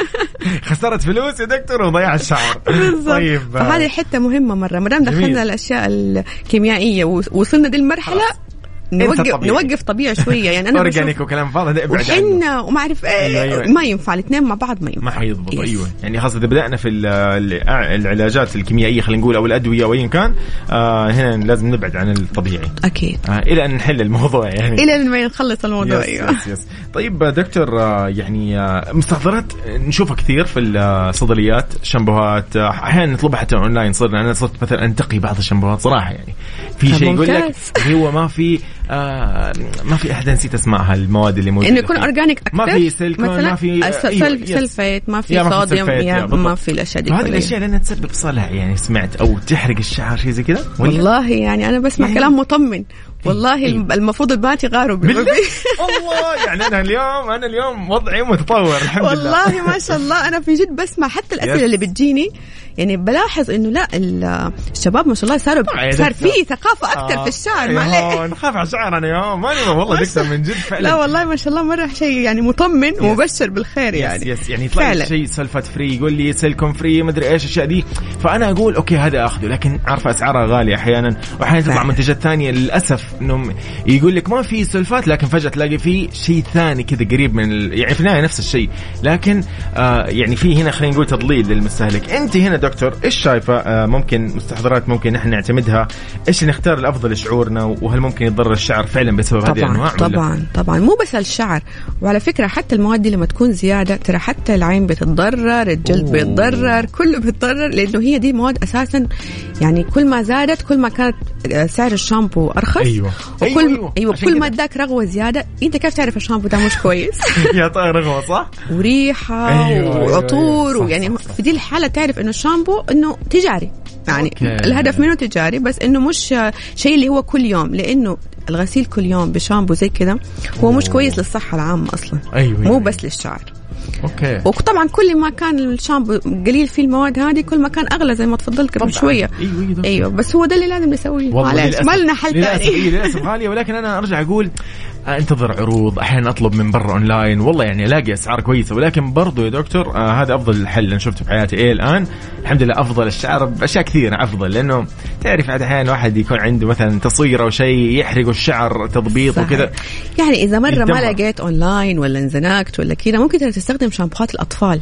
خسرت فلوس يا دكتور وضيع الشعر. طيب فهذه حته مهمه مره ما دام دخلنا الاشياء الكيميائيه ووصلنا دي المرحله نوقف نوقف طبيعي شويه يعني. انا اورجانيك وكلام فاضي ده ابعد عنه وحنا وما اعرف ايه. أيوة. ما ينفع الاثنين مع بعض ما ينفع ما حيضبط. ايوه يعني خاصه اذا بدانا في العلاجات الكيميائيه خلينا نقول او الادويه وين كان آه هنا لازم نبعد عن الطبيعي اكيد آه الى ان نحل الموضوع يعني الى ان ما نخلص الموضوع. يس ايوه يس يس. طيب دكتور آه يعني آه مستحضرات نشوفها كثير في الصيدليات شامبوهات آه احيانا نطلبها حتى اونلاين. صرنا انا صرت مثلا انتقي بعض الشامبوهات صراحه يعني في شيء يقول لك هو ما في آه ما في أحد نسيت اسمعها المواد اللي موجودة إنه يكون أورجانيك أكثر ما في سيليكون ما في سلفيت ما في صوديوم ما في الأشياء دي. هذه الأشياء لأنها تسبب صلع يعني سمعت أو تحرق الشعر شيء زي كده. والله يعني أنا بسمع كلام مطمن والله إيه؟ المفروض البنات يغاروا بالله والله يعني انا اليوم انا اليوم وضعي متطور الحمد والله لله والله ما شاء الله. انا في جد بسمع حتى الاسئله اللي بتجيني يعني بلاحظ انه لا الشباب ما شاء الله صاروا صار في ثقافه اكثر آه. في الشعر. ما عليه نخاف على شعر انا يوم ماني والله دكتور من جد فعلا. لا والله ما شاء الله مره شيء يعني مطمن ومبشر بالخير يعني. يس يس يعني يطلع شيء سلفات فري يقول لي سيلكم فري ما ادري ايش الاشياء دي فانا اقول اوكي هذا اخذه لكن عارفه اسعارها غاليه احيانا واحيانا تطلع منتجات ثانيه للاسف انه يقول لك ما في سلفات لكن فجاه تلاقي في شيء ثاني كذا قريب من ال... يعني في النهايه نفس الشيء لكن آه يعني في هنا خلينا نقول تضليل للمستهلك. انت هنا دكتور ايش شايفه آه ممكن مستحضرات ممكن احنا نعتمدها ايش نختار الافضل لشعورنا وهل ممكن يضر الشعر فعلا بسبب هذه الانواع؟ طبعا طبعا مو بس الشعر وعلى فكره حتى المواد لما تكون زياده ترى حتى العين بتتضرر الجلد أوه. بيتضرر كله بيتضرر لانه هي دي مواد اساسا يعني كل ما زادت كل ما كانت سعر الشامبو ارخص. ايوه وكل ايوه, أيوة. أيوة. كل ما اداك رغوه زياده انت كيف تعرف الشامبو ده مش كويس؟ يا طاير رغوه صح وريحه أيوة وعطور أيوة ويعني في دي الحاله تعرف انه الشامبو انه تجاري يعني أوكي. الهدف منه تجاري بس انه مش شيء اللي هو كل يوم لانه الغسيل كل يوم بشامبو زي كده هو مش كويس للصحه العامه اصلا. أيوة. مو بس للشعر. اوكي. وطبعا كل ما كان الشامبو قليل فيه المواد هذه كل ما كان اغلى زي ما تفضلت قبل شويه. ايوه ايوه بس هو ده اللي لازم نسويه معلش ما لنا حل ثاني. للاسف للاسف غاليه ولكن انا ارجع اقول انتظر عروض احيانا اطلب من برا اونلاين والله يعني الاقي اسعار كويسه ولكن برضو يا دكتور آه هذا افضل الحل انا شفته في حياتي ايه الان الحمد لله افضل الشعر باشياء كثيره افضل لانه تعرف احيانا واحد يكون عنده مثلا تصوير او شيء يحرق الشعر تضبيط وكذا يعني اذا مره ما لقيت اونلاين ولا انزنقت ولا كذا ممكن تستخدم شامبوهات الاطفال.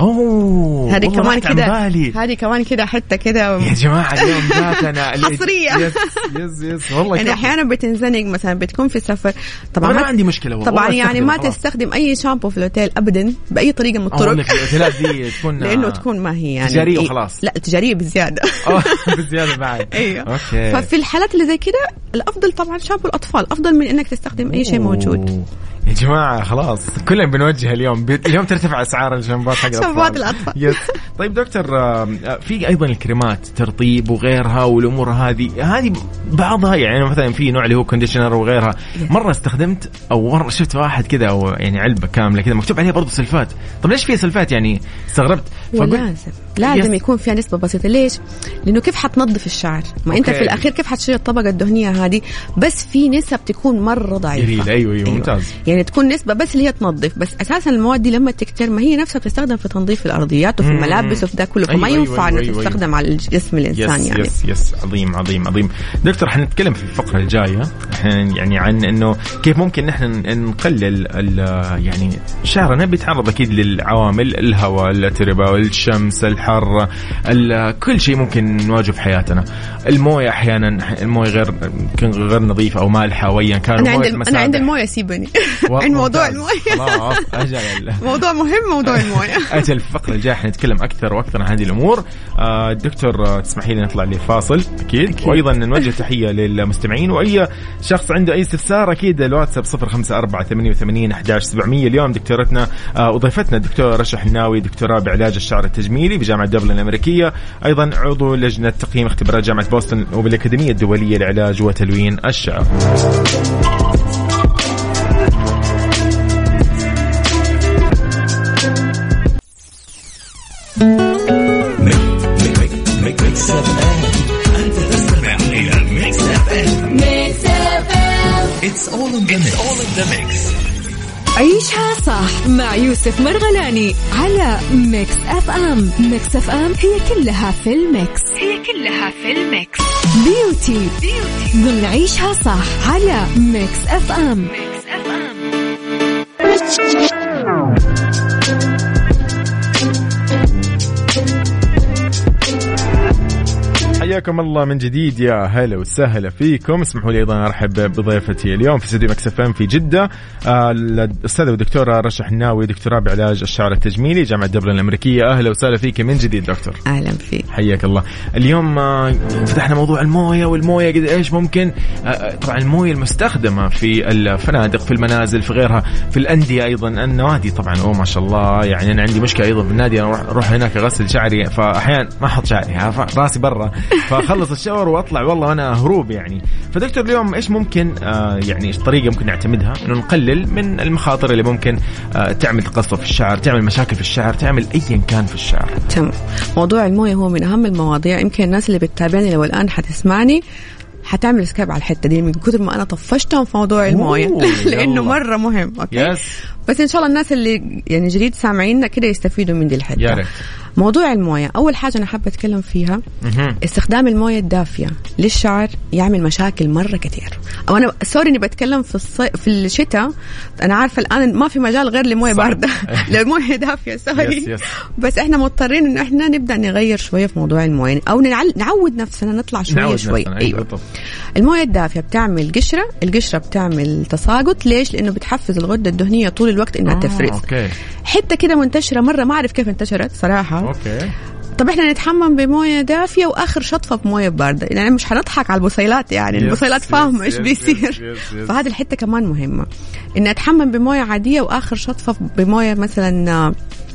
اوه هذه كمان كده هذه كمان كده حتى كده يا جماعه اليوم جاتنا حصريه يس يس يس والله يعني احيانا بتنزنق مثلا بتكون في سفر طبعا ما عندي مشكله والله طبعا يعني ما خلاص. تستخدم اي شامبو في الاوتيل ابدا باي طريقه من الطرق الاوتيلات دي تكون لانه تكون ما هي يعني تجاريه وخلاص لا تجاريه بزياده بزياده بعد ايوه اوكي. ففي الحالات اللي زي كده الافضل طبعا شامبو الاطفال افضل من انك تستخدم اي شيء موجود. يا جماعة خلاص كلنا بنوجه اليوم اليوم ترتفع أسعار الشامبوات حق الأطفال. شامبوات الأطفال. يس. طيب دكتور في أيضا الكريمات ترطيب وغيرها والأمور هذه هذه بعضها يعني مثلا في نوع اللي هو كونديشنر وغيرها مرة استخدمت أو مرة شفت واحد كده أو يعني علبة كاملة كده مكتوب عليها برضو سلفات. طب ليش فيها سلفات يعني استغربت؟ لازم لازم يكون فيها نسبة بسيطة. ليش؟ لأنه كيف حتنظف الشعر ما أوكي. أنت في الأخير كيف حتشيل الطبقة الدهنية هذه بس في نسب تكون مرة ضعيفة. أيوة أيوة ممتاز. يعني تكون نسبة بس اللي هي تنظف بس أساسا المواد دي لما تكتر ما هي نفسها بتستخدم في تنظيف الأرضيات وفي الملابس وفي ده كله فما أيوة ينفع أيوة أن أيوة تستخدم أيوة على جسم الإنسان. يس يعني يس يس عظيم عظيم عظيم دكتور. حنتكلم في الفقرة الجاية يعني عن إنه كيف ممكن نحن نقلل يعني شعرنا بيتعرض أكيد للعوامل الهواء الأتربة والشمس الحر كل شيء ممكن نواجه في حياتنا. الموية أحيانا الموية غير غير نظيفة أو مالحة ويا كان أنا عند أنا عند الموية سيبني عند موضوع الموية أجل موضوع مهم موضوع الموية. أجل الفقرة الجاية حنتكلم أكثر وأكثر عن هذه الأمور. آه دكتور تسمحي لي نطلع لفاصل أكيد, أكيد. وأيضا نوجه تحية للمستمعين وأي شخص عنده أي استفسار أكيد الواتساب صفر خمسة أربعة ثمانية وثمانين أحد عشر سبعمية. اليوم دكتورتنا آه وضيفتنا الدكتورة رشا حناوي دكتوراه بعلاج الشعر التجميلي بجامعة دبلن الأمريكية أيضا عضو لجنة تقييم اختبارات جامعة بوسطن وبالأكاديمية الدولية لعلاج وتلوين الشعر. عيشها صح مع يوسف مرغلاني على ميكس اف ام. ميكس اف ام هي كلها في الميكس هي كلها في الميكس. بيوتي ضمن عيشها صح على ميكس اف ام. ميكس اف ام. حياكم الله من جديد يا هلا وسهلا فيكم. اسمحوا لي ايضا ارحب بضيفتي اليوم في استوديو ميكس اف ام في جده آه الاستاذه والدكتوره رشا حناوي دكتوراه بعلاج الشعر التجميلي جامعه دبلن الامريكيه. اهلا وسهلا فيك من جديد دكتور. اهلا فيك حياك الله. اليوم آه فتحنا موضوع المويه والمويه قد ايش ممكن آه طبعا المويه المستخدمه في الفنادق في المنازل في غيرها في الانديه ايضا النوادي طبعا اوه ما شاء الله يعني انا عندي مشكله ايضا بالنادي انا اروح هناك اغسل شعري فاحيانا ما احط شعري راسي برا فخلص الشاور واطلع والله انا هروب يعني. فدكتور اليوم ايش ممكن آه يعني ايش طريقه ممكن نعتمدها انه نقلل من المخاطر اللي ممكن آه تعمل تقصف في الشعر، تعمل مشاكل في الشعر، تعمل ايا كان في الشعر؟ تمام. موضوع المويه هو من اهم المواضيع. يمكن الناس اللي بتتابعني لو الان حتسمعني حتعمل سكيب على الحته دي من كثر ما انا طفشتهم في موضوع المويه لانه مره مهم. اوكي يس. بس ان شاء الله الناس اللي يعني جديد سامعيننا كده يستفيدوا من دي الحته. يا ريت. موضوع المويه اول حاجه انا حابه اتكلم فيها استخدام المويه الدافيه للشعر يعمل مشاكل مره كتير. او انا سوري اني بتكلم في الصي... في الشتاء، انا عارفه الان ما في مجال غير لمويه بارده لمويه دافيه سوري يس يس. بس احنا مضطرين ان احنا نبدا نغير شويه في موضوع المويه او نعل... نعود نفسنا نطلع شويه شويه. ايوه المويه الدافيه بتعمل قشره، القشره بتعمل تساقط. ليش؟ لانه بتحفز الغده الدهنيه طول الوقت انها آه، تفرز. أوكي. حته كده منتشره مره ما اعرف كيف انتشرت صراحه. اوكي. طب احنا نتحمم بمويه دافيه واخر شطفه بمويه بارده، يعني مش هنضحك على البصيلات يعني البصيلات فاهمه ايش بيصير. فهذه الحته كمان مهمه ان اتحمم بمويه عاديه واخر شطفه بمويه مثلا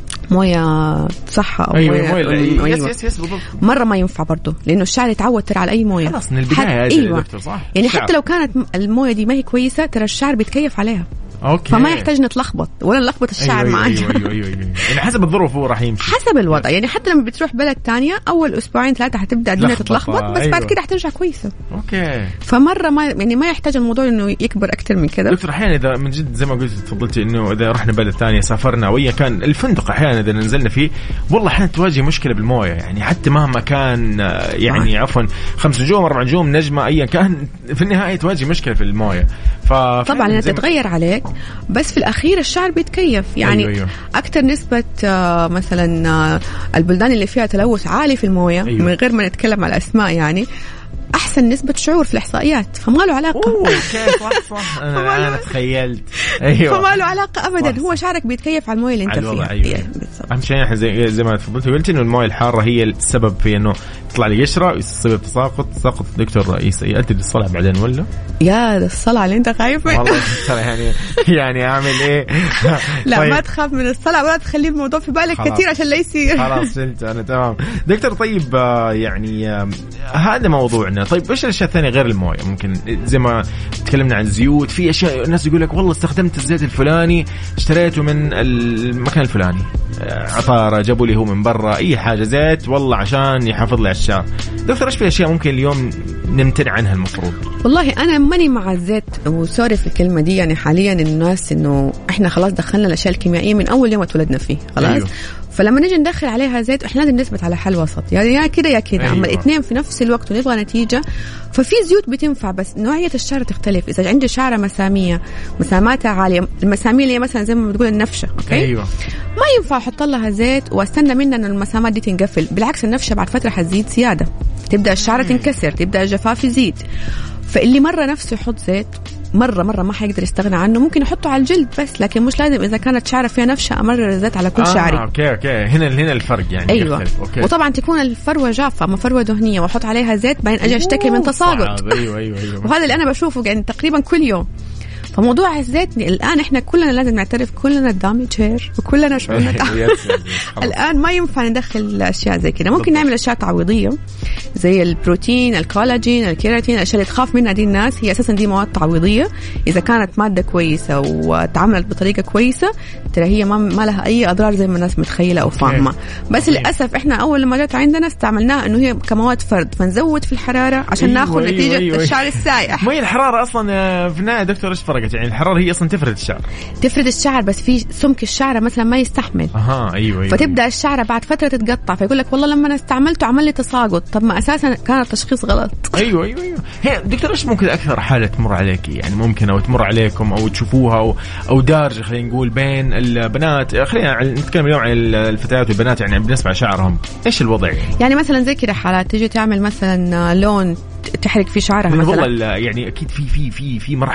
مويه صحة أو أيوة مويه, موية أيوة. يس يس بالضبط. مرة ما ينفع برضو لأنه الشعر يتعود ترى على أي مويه خلاص من البداية. أيوة. دكتور صح. يعني الشعر. حتى لو كانت المويه دي ما هي كويسة ترى الشعر بيتكيف عليها. أوكي. فما يحتاج نتلخبط ولا نلخبط الشعر أيوة معانا. أيوة أيوة أيوة أيوة. يعني حسب الظروف هو راح يمشي حسب الوضع. يعني حتى لما بتروح بلد تانية أول أسبوعين ثلاثة هتبدأ الدنيا تتلخبط بس أيوة. بعد كده هترجع كويسة. أوكي. فمرة ما يعني ما يحتاج الموضوع إنه يكبر أكتر من كده. دكتور أحيانا إذا من جد زي ما قلت تفضلتي إنه إذا رحنا بلد تانية سافرنا ويا كان الفندق أحيانا إذا نزلنا فيه والله أحيانا تواجه مشكلة بالموية يعني حتى مهما كان يعني عفوا خمس نجوم أربع نجوم نجمة أيا كان في النهاية تواجه مشكلة في الموية. طبعا أنها تتغير عليك بس في الأخير الشعر بيتكيف يعني. أيوة أيوة. أكتر نسبة آه مثلا آه البلدان اللي فيها تلوث عالي في الموية أيوة. من غير ما نتكلم على أسماء يعني أحسن نسبة شعور في الإحصائيات فما له علاقة. أوه صح صح أنا, أنا تخيلت. أيوة. فما له علاقة أبدا. هو شعرك بيتكيف على المويه اللي أنت فيها. أيوة. أهم شيء إحنا زي زي ما تفضلت قلت إنه المويه الحارة هي السبب في إنه تطلع لي قشرة ويصيب تساقط. تساقط دكتور رئيسي أنت بالصلاة بعدين ولا؟ يا ده الصلاة اللي أنت خايف منها. والله يعني يعني أعمل إيه؟ لا طيب. ما تخاف من الصلاة ولا تخلي الموضوع في بالك خلاص. كثير عشان لا يصير. خلاص شلت أنا تمام. دكتور طيب يعني هذا موضوعنا. طيب إيش الأشياء الثانية غير المويه؟ ممكن زي ما تكلمنا عن الزيوت في أشياء الناس يقول لك والله استخدمت الزيت الفلاني اشتريته من المكان الفلاني عطارة جابوا لي هو من برا أي حاجة زيت والله عشان يحافظ لي على الشعر. دكتور إيش في أشياء ممكن اليوم نمتنع عنها المفروض؟ والله أنا ماني مع الزيت وسوري في الكلمة دي يعني حاليا الناس إنه إحنا خلاص دخلنا الأشياء الكيميائية من أول يوم اتولدنا فيه خلاص. أيوه. فلما نيجي ندخل عليها زيت احنا لازم نثبت على حل وسط يعني يا كده يا كده. أيوة. اما الاثنين في نفس الوقت ونبغى نتيجه ففي زيوت بتنفع بس نوعيه الشعر تختلف. اذا عندي شعره مساميه مساماتها عاليه المساميه اللي مثلا زي ما بتقول النفشه اوكي. أيوة. ما ينفع احط لها زيت واستنى منها ان المسامات دي تنقفل. بالعكس النفشه بعد فتره حتزيد زياده تبدا الشعره تنكسر تبدا الجفاف يزيد. فاللي مره نفسه يحط زيت مرة مرة ما حيقدر يستغنى عنه. ممكن يحطه على الجلد بس لكن مش لازم إذا كانت شعره فيها نفشة أمرر الزيت على كل آه شعري. أوكي أوكي هنا هنا الفرق يعني. أيوة. أوكي. وطبعا تكون الفروة جافة ما فروة دهنية وأحط عليها زيت بعدين أجي أشتكي من تساقط. أيوة أيوة أيوة. وهذا اللي أنا بشوفه يعني تقريبا كل يوم. فموضوع الزيت الآن إحنا كلنا لازم نعترف كلنا دامج هير وكلنا شعورنا تعب. الآن ما ينفع ندخل أشياء زي كده. ممكن نعمل أشياء تعويضية زي البروتين الكولاجين الكيراتين الأشياء اللي تخاف منها دي الناس هي أساسا دي مواد تعويضية. إذا كانت مادة كويسة وتعاملت بطريقة كويسة ترى هي ما, ما لها أي أضرار زي ما الناس متخيلة أو فاهمة. بس للأسف إحنا أول لما جت عندنا استعملناها إنه هي كمواد فرد فنزود في الحرارة عشان أيوة ناخذ أيوة نتيجة أيوة الشعر السايح. ما هي الحرارة أصلا في النهاية دكتور إيش فرقت يعني الحرارة هي أصلا تفرد الشعر تفرد الشعر بس في سمك الشعر مثلا ما يستحمل. أها أيوة أيوة. فتبدأ الشعر بعد فترة تتقطع فيقول لك والله لما أنا استعملته عمل لي تساقط. طب ما أساسا كان التشخيص غلط. أيوة أيوة أيوة. هي دكتور إيش ممكن أكثر حالة تمر عليك يعني ممكن أو تمر عليكم أو تشوفوها أو أو دارجة خلينا نقول بين البنات خلينا نتكلم اليوم عن الفتيات والبنات يعني بالنسبة لشعرهم إيش الوضع يعني؟ يعني مثلا زي كده حالات تيجي تعمل مثلا لون تحرق في شعرها مثلا والله يعني أكيد في في في في مرحلة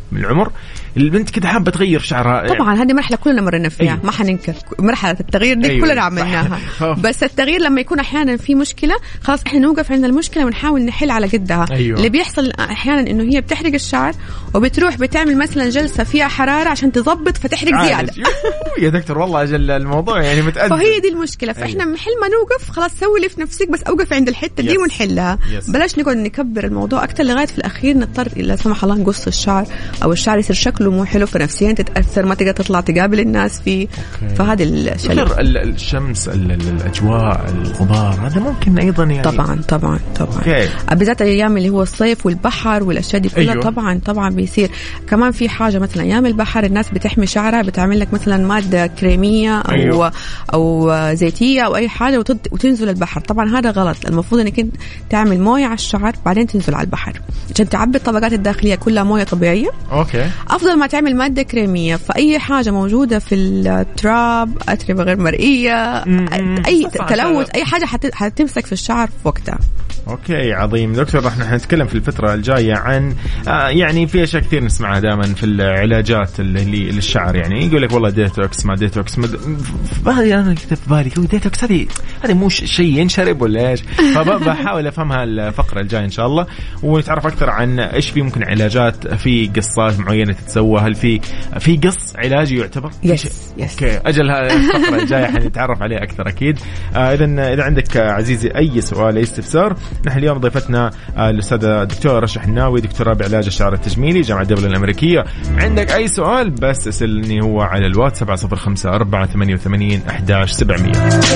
من العمر البنت كده حابة تغير شعرها. طبعا هذه مرحلة كلنا مرنا فيها. أيوه. ما حننكر مرحلة التغيير دي. أيوه. كلنا عملناها. بس التغيير لما يكون أحيانا في مشكلة خلاص إحنا نوقف عند المشكلة ونحاول نحل على قدها. أيوه. اللي بيحصل أحيانا إنه هي بتحرق الشعر وبتروح بتعمل مثلا جلسة فيها حرارة عشان تضبط فتحرق زيادة. يا دكتور والله أجل الموضوع يعني متأذي. فهي دي المشكلة. فإحنا أيوه. محل ما نوقف خلاص سوي لي في نفسك بس أوقف عند الحتة دي ونحلها. يس. بلاش نقعد نكبر الموضوع أكتر لغاية في الأخير نضطر لا سمح الله نقص الشعر أو الشعر يصير شكله مو حلو فنفسيا تتأثر ما تقدر تطلع تقابل الناس فيه. فهذا الشيء الشمس الأجواء الغبار هذا ممكن أيضا يعني. طبعا طبعا طبعا بالذات أيام اللي هو الصيف والبحر والأشياء دي كلها. أيوه. طبعا طبعا بيصير كمان في حاجة مثلا أيام البحر الناس بتحمي شعرها بتعمل لك مثلا مادة كريمية أو أيوه. أو زيتية أو أي حاجة وتنزل البحر. طبعا هذا غلط. المفروض إنك تعمل موية على الشعر بعدين تنزل على البحر عشان تعبي الطبقات الداخلية كلها موية طبيعية. أوكي. أفضل ما تعمل مادة كريمية. فأي حاجة موجودة في التراب أتربة غير مرئية أي تلوث أي حاجة حتمسك في الشعر في وقتها. اوكي عظيم دكتور. راح نتكلم في الفتره الجايه عن آه يعني في اشياء كثير نسمعها دائما في العلاجات اللي للشعر. يعني يقول لك والله ديتوكس ما ديتوكس مد... هذه انا كتبت في بالي هو ديتوكس هذه هذا مو شيء ينشرب ولا ايش؟ فبحاول افهمها الفقره الجايه ان شاء الله ونتعرف اكثر عن ايش في ممكن علاجات في قصات معينه تتسوى. هل في في قص علاجي يعتبر؟ يس يس. اوكي اجل الفقره الجايه حنتعرف عليه اكثر اكيد. آه اذا اذا عندك عزيزي اي سؤال اي استفسار نحن اليوم ضيفتنا الأستاذة دكتورة رشا حناوي دكتوراه بعلاج الشعر التجميلي جامعة دبلن الأمريكية. عندك أي سؤال بس اسألني هو على الواتس سبعة صفر خمسة أربعة ثمانية وثمانين أحد عشر سبعمية.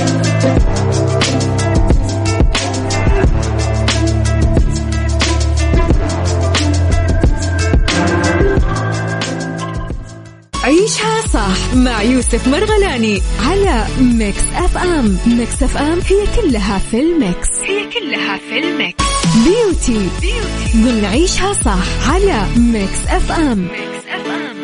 عيشها صح مع يوسف مرغلاني على ميكس اف ام. ميكس اف ام هي كلها في الميكس. هي كلها في الميكس. بيوتي ضمن عيشها صح على ميكس اف ام. ميكس اف ام.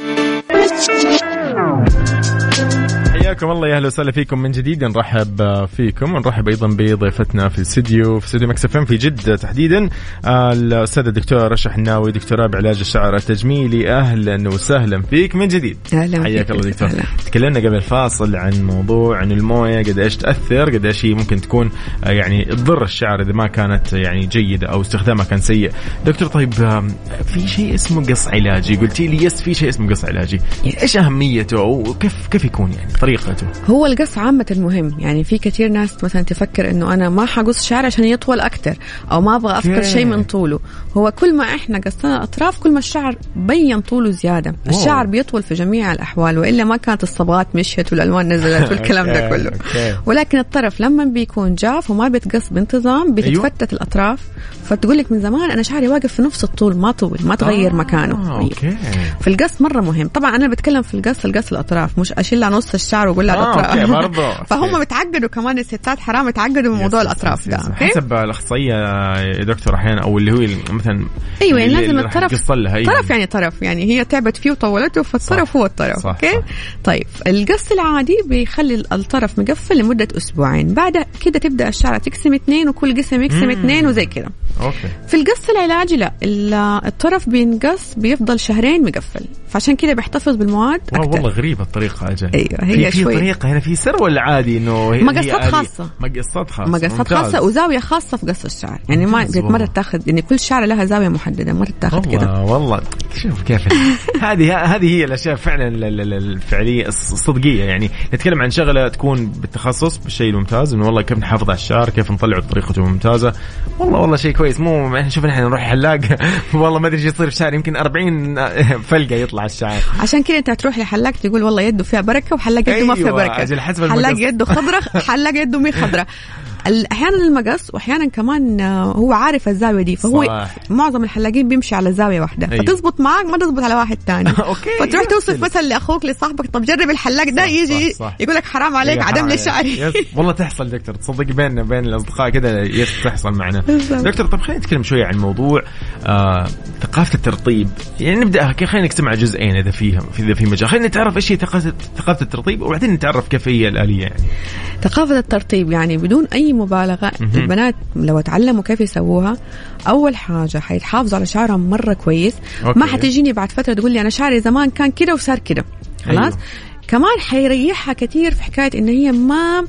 حياكم الله يا اهلا وسهلا فيكم من جديد. نرحب فيكم ونرحب ايضا بضيفتنا في الاستديو في استديو مكس اف ام في جده تحديدا الاستاذه الدكتوره رشا حناوي دكتوراه بعلاج الشعر التجميلي. اهلا وسهلا فيك من جديد. حياك الله دكتور. تكلمنا قبل فاصل عن موضوع عن المويه قد ايش تاثر قد ايش هي ممكن تكون يعني تضر الشعر اذا ما كانت يعني جيده او استخدامها كان سيء. دكتور طيب في شيء اسمه قص علاجي قلتي لي يس في شيء اسمه قص علاجي ايش اهميته وكيف كيف يكون يعني طريقته؟ هو القص عامة مهم. يعني في كثير ناس مثلا تفكر انه انا ما حقص شعر عشان يطول اكتر او ما ابغى افقد شيء من طوله. هو كل ما احنا قصنا الاطراف كل ما الشعر بين طوله زيادة. واو. الشعر بيطول في جميع الاحوال والا ما كانت الصبغات مشيت والالوان نزلت والكلام ده كله. ولكن الطرف لما بيكون جاف وما بيتقص بانتظام بتتفتت الاطراف فتقول لك من زمان انا شعري واقف في نفس الطول ما طول ما تغير مكانه. أوكي. في القص مرة مهم. طبعا انا بتكلم في القص القص الاطراف مش اشيل نص الشعر وقول لها آه الأطراف. فهم بتعقدوا كمان الستات حرام يتعقدوا من موضوع الأطراف ده. حسب الأخصائية يا دكتور أحيانا أو اللي هو مثلا أيوة يعني لازم الطرف طرف يعني طرف يعني هي تعبت فيه وطولته فالطرف هو الطرف. صح أوكي. صح. طيب القص العادي بيخلي الطرف مقفل لمدة أسبوعين بعد كده تبدأ الشعر تقسم اثنين وكل قسم يقسم اثنين وزي كده. أوكي. في القص العلاجي لا الطرف بينقص بيفضل شهرين مقفل فعشان كده بيحتفظ بالمواد أكتر. والله غريبة الطريقة أجل. أيوة هي في شوي طريقة هنا في سر ولا عادي إنه مقصات خاصة مقصات خاصة مقصات خاصة وزاوية خاصة في قص الشعر يعني ما مرة تاخذ يعني كل شعر لها زاوية محددة مرة تاخذ كده. والله شوف كيف هذه هذه هي الأشياء فعلا الفعلية الصدقية. يعني نتكلم عن شغلة تكون بالتخصص بالشيء الممتاز إنه والله كيف نحافظ على الشعر كيف نطلعه بطريقته ممتازة. والله والله شيء كويس. مو احنا شوف احنا نروح حلاق والله ما ادري ايش يصير في الشعر يمكن أربعين فلقة يطلع الشعر. عشان كده انت تروح لحلاق تقول والله يده فيها بركة وحلاق يده ما فيها بركة. حلاق يده خضرة حلاق يده مي خضرة. احيانا المقص واحيانا كمان هو عارف الزاويه دي فهو صح. معظم الحلاقين بيمشي على زاويه واحده. أيوه. فتزبط معك ما تزبط على واحد تاني. فتروح توصف مثلا لاخوك لصاحبك طب جرب الحلاق ده يجي يقول لك حرام عليك أيوه عدم لي شعري. والله تحصل دكتور تصدق بين بين الاصدقاء كده تحصل معنا. دكتور طب خلينا نتكلم شويه عن موضوع آه ثقافه الترطيب. يعني نبدا خلينا نقسمها جزئين اذا فيها اذا في مجال. خلينا نتعرف ايش هي ثقافه الترطيب وبعدين نتعرف كيف هي الاليه. يعني ثقافه الترطيب يعني بدون اي أي مبالغة. البنات لو تعلموا كيف يسووها أول حاجة حيتحافظوا على شعرهم مرة كويس. أوكي. ما حتجيني بعد فترة تقول لي أنا شعري زمان كان كده وصار كده خلاص. أيوه. كمان حيريحها كتير في حكاية إن هي ما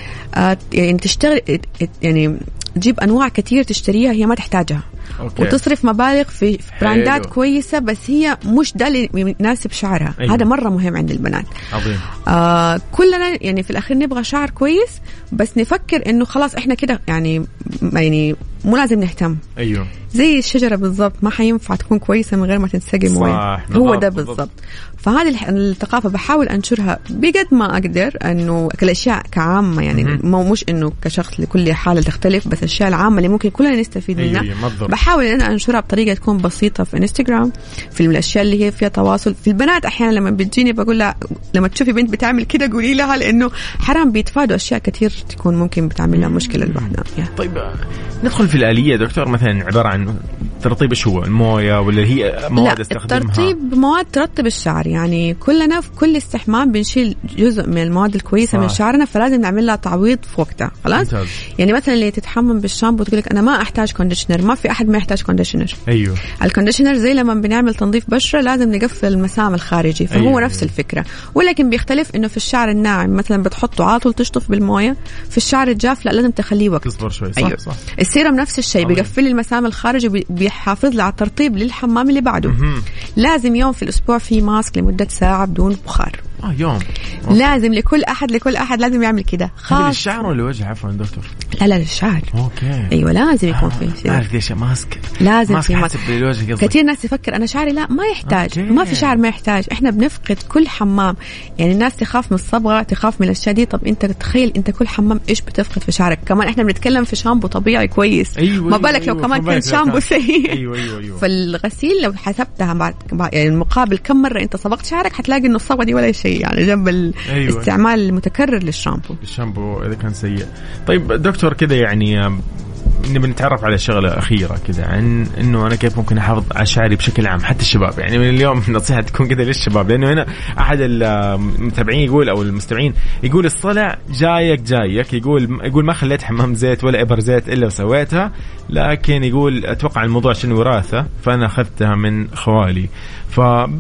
آه يعني تشتغل يعني تجيب أنواع كتير تشتريها هي ما تحتاجها. أوكي. وتصرف مبالغ في براندات حلو. كويسة بس هي مش ده اللي يناسب شعرها. أيوه. هذا مرة مهم عند البنات. عظيم. آه كلنا يعني في الأخير نبغى شعر كويس بس نفكر إنه خلاص إحنا كده يعني يعني مو لازم نهتم. أيوه. زي الشجرة بالضبط ما حينفع تكون كويسة من غير ما تنسقي موية. هو ده بالضبط. فهذه الثقافة بحاول أنشرها بقد ما أقدر إنه الأشياء كعامة يعني مو مش إنه كشخص لكل حالة تختلف بس الأشياء العامة اللي ممكن كلنا نستفيد منها. أيوه. بحاول إن أنا أنشرها بطريقة تكون بسيطة في إنستغرام في الأشياء اللي هي فيها تواصل. في البنات أحيانا لما بتجيني بقول لها لما تشوفي بنت بتعمل كده قولي لها لأنه حرام بيتفادوا أشياء كتير تكون ممكن بتعمل لها مشكلة لوحدها. طيب ندخل في الآلية دكتور مثلا عبارة عن ترطيب شو الموية ولا هي مواد استخدمها؟ ترطيب مواد ترطب الشعر يعني كلنا في كل استحمام بنشيل جزء من المواد الكويسة صح. من شعرنا فلازم نعمل لها تعويض في وقتها خلاص. ممتاز. يعني مثلا اللي تتحمم بالشامبو تقول لك أنا ما أحتاج كونديشنر ما في أحد ما يحتاج كونديشنر. أيوه. الكونديشنر زي لما بنعمل تنظيف بشرة لازم نقفل المسام الخارجي فهو أيوه. نفس الفكرة ولكن بيختلف إنه في الشعر الناعم مثلا بتحطه عاطل تشطف بالموية في الشعر الجاف لا لازم تخليه وقت تصبر شوي صح. أيوه. صح. السيرم نفس الشيء بيقفل المسام الخارجي بيحافظ لي على الترطيب للحمام اللي بعده. مم. لازم يوم في الأسبوع في ماسك لمدة ساعة بدون بخار. آه يوم. أوكي. لازم لكل أحد لكل أحد لازم يعمل كده. هذا للشعر ولا وجه عفوا دكتور؟ لا لا للشعر. أوكي. أيوة لازم يكون آه. في. ما أعرف ليش ماسك. لازم ماسك في ماسك. كثير ناس يفكر أنا شعري لا ما يحتاج. أوكي. ما في شعر ما يحتاج. إحنا بنفقد كل حمام يعني الناس تخاف من الصبغة تخاف من الأشياء دي. طب أنت تتخيل أنت كل حمام إيش بتفقد في شعرك. كمان إحنا بنتكلم في شامبو طبيعي كويس. أيوة ما بالك أيوة لو كمان كان شامبو سيء. أيوة أيوة أيوة. فالغسيل لو حسبتها بعد يعني المقابل كم مرة أنت صبغت شعرك حتلاقي إنه الصبغة دي ولا شيء يعني جنب أيوة. الاستعمال المتكرر للشامبو. الشامبو إذا كان سيء. طيب دكتور كده يعني نبي نتعرف على شغلة أخيرة كده عن إنه أنا كيف ممكن أحافظ على شعري بشكل عام حتى الشباب يعني من اليوم نصيحة تكون كده للشباب لأنه هنا أحد المتابعين يقول أو المستمعين يقول الصلع جايك جايك يقول يقول ما خليت حمام زيت ولا إبر زيت إلا وسويتها لكن يقول أتوقع الموضوع شنو وراثة فأنا أخذتها من خوالي. ف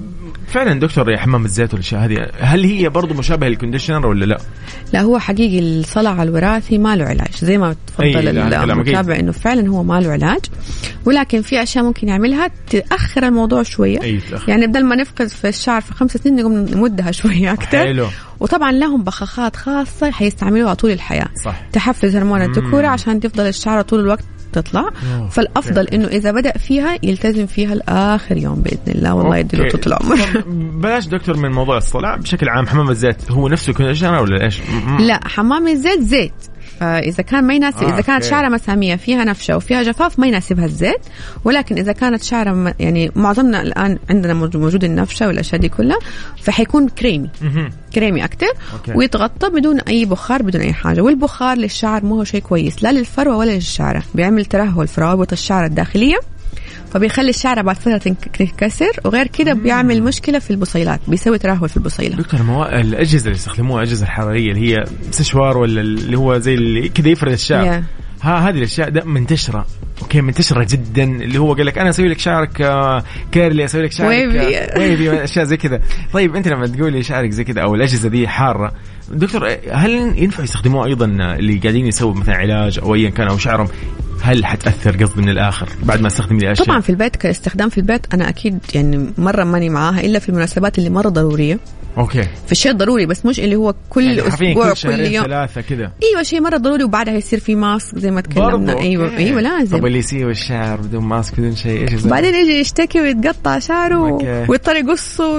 فعلا دكتور يا حمام الزيت والاشياء هذه هل هي برضو مشابهه للكونديشنر ولا لا؟ لا هو حقيقي الصلع الوراثي ما له علاج زي ما تفضل المتابع انه فعلا هو ما له علاج ولكن في اشياء ممكن يعملها تاخر الموضوع شويه يعني بدل ما نفقد في الشعر في خمس سنين نقوم نمدها شويه اكثر. حلو. وطبعا لهم بخاخات خاصه حيستعملوها طول الحياه صح. تحفز هرمون الذكوره عشان تفضل الشعر طول الوقت تطلع. أوه. فالأفضل إنه إذا بدأ فيها يلتزم فيها الآخر يوم بإذن الله والله يديله طول العمر. بلاش دكتور من موضوع الصلع بشكل عام حمام الزيت هو نفسه كونديشنر ولا إيش؟ لا حمام الزيت زيت فإذا كان ما يناسب آه إذا كانت شعرة مسامية فيها نفشة وفيها جفاف ما يناسبها الزيت ولكن إذا كانت شعرة يعني معظمنا الآن عندنا موجود النفشة والأشياء دي كلها فحيكون كريمي كريمي أكتر ويتغطى بدون أي بخار بدون أي حاجة. والبخار للشعر مو هو شيء كويس لا للفروة ولا للشعرة بيعمل ترهل في روابط الشعر الداخلية فبيخلي الشعر بعد فترة تنكسر وغير كده بيعمل مشكلة في البصيلات بيسوي ترهل في البصيلة. دكتور الموا... الأجهزة اللي يستخدموها الأجهزة الحرارية اللي هي سشوار ولا اللي هو زي اللي كده يفرد الشعر yeah. ها هذه الأشياء ده منتشرة أوكي منتشرة جدا اللي هو قال لك أنا أسوي لك شعرك كيرلي أسوي لك شعرك ويفي أشياء زي كذا. طيب أنت لما تقولي شعرك زي كذا أو الأجهزة دي حارة دكتور هل ينفع يستخدموها أيضا اللي قاعدين يسووا مثلا علاج أو أيا كان أو شعرهم هل حتأثر قصدي من الآخر بعد ما استخدم لي أشياء؟ طبعا في البيت كاستخدام في البيت أنا أكيد يعني مرة ماني معاها إلا في المناسبات اللي مرة ضرورية. أوكي. في الشيء ضروري بس مش اللي هو كل يعني أسبوع كل, كل يوم ثلاثة كده. أيوة شيء مرة ضروري وبعدها يصير في ماسك زي ما تكلمنا. أيوة أيوة لازم. طب اللي يسيوي الشعر بدون ماسك بدون شيء إيش يصير؟ بعدين يجي يشتكي ويتقطع شعره ويضطر يقصه.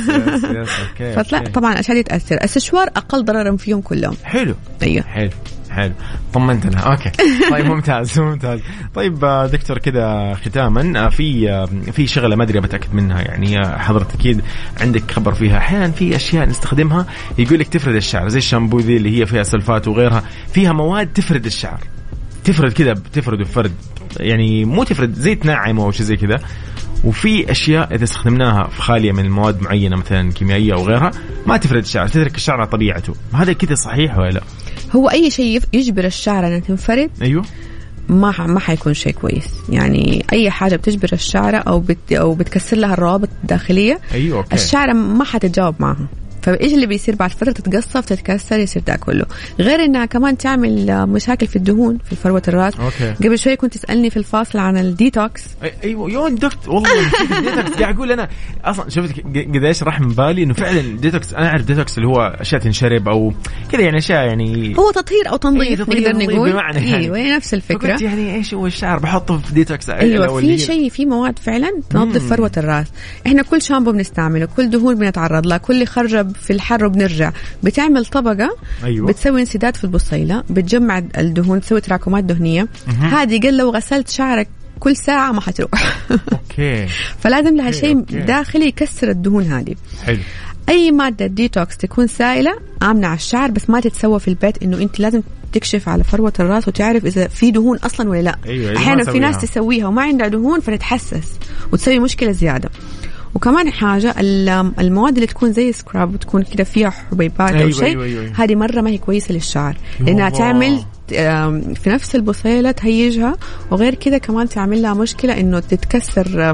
فلا طبعا الأشياء دي تأثر. السشوار أقل ضررا فيهم كلهم. حلو. أيوة. حلو. حلو طمنتنا أوكي. طيب ممتاز ممتاز. طيب دكتور كده ختاما في في شغلة ما أدري بتأكد منها يعني حضرتك أكيد عندك خبر فيها أحيانا في أشياء نستخدمها يقول لك تفرد الشعر زي الشامبو ذي اللي هي فيها سلفات وغيرها فيها مواد تفرد الشعر تفرد كده بتفرد وفرد يعني مو تفرد زي تنعم أو شيء زي كده وفي أشياء إذا استخدمناها في خالية من المواد معينة مثلا كيميائية أو غيرها ما تفرد الشعر، تترك الشعر على طبيعته. هذا كده صحيح ولا لا؟ هو أي شيء يجبر الشعر أن تنفرد أيوه ما ما حيكون شيء كويس. يعني أي حاجة بتجبر الشعرة أو بت أو بتكسر لها الروابط الداخلية، أيوه أوكي. الشعرة ما حتتجاوب معها، فإيش اللي بيصير بعد فترة؟ تتقصف تتكسر يصير ده كله. غير إنها كمان تعمل مشاكل في الدهون في فروة الرأس. أوكي. قبل شوي كنت تسألني في الفاصل عن الديتوكس. أيوه يوم دكت والله الديتوكس قاعد أقول أنا أصلا شفت قديش راح من بالي إنه فعلا الديتوكس. أنا أعرف ديتوكس اللي هو أشياء تنشرب أو كذا يعني أشياء يعني هو تطهير أو تنظيف أيه نقدر نقول بمعنى يعني. أيوه نفس الفكرة. يعني إيش هو الشعر بحطه في ديتوكس؟ أيوه في شيء في مواد فعلا تنظف فروة الرأس. إحنا كل شامبو بنستعمله، كل دهون بنتعرض لها، كل خرجة في الحر وبنرجع بتعمل طبقة. أيوة. بتسوي انسداد في البصيلة، بتجمع الدهون، تسوي تراكمات دهنية. هذه قل لو غسلت شعرك كل ساعة ما حتروح. أوكي. فلازم لها شيء داخلي يكسر الدهون هذه. حلو. أي مادة ديتوكس تكون سائلة آمنة على الشعر، بس ما تتسوى في البيت. إنه أنت لازم تكشف على فروة الراس وتعرف إذا في دهون أصلا ولا لا. أيوة. أحيانا في ناس تسويها وما عندها دهون فتتحسس وتسوي مشكلة زيادة. وكمان حاجة المواد اللي تكون زي سكراب وتكون كده فيها حبيبات أيوة أو شيء أيوة أيوة. هذه مرة ما هي كويسة للشعر لأنها تعمل في نفس البصيلة تهيجها، وغير كده كمان تعمل لها مشكلة إنه تتكسر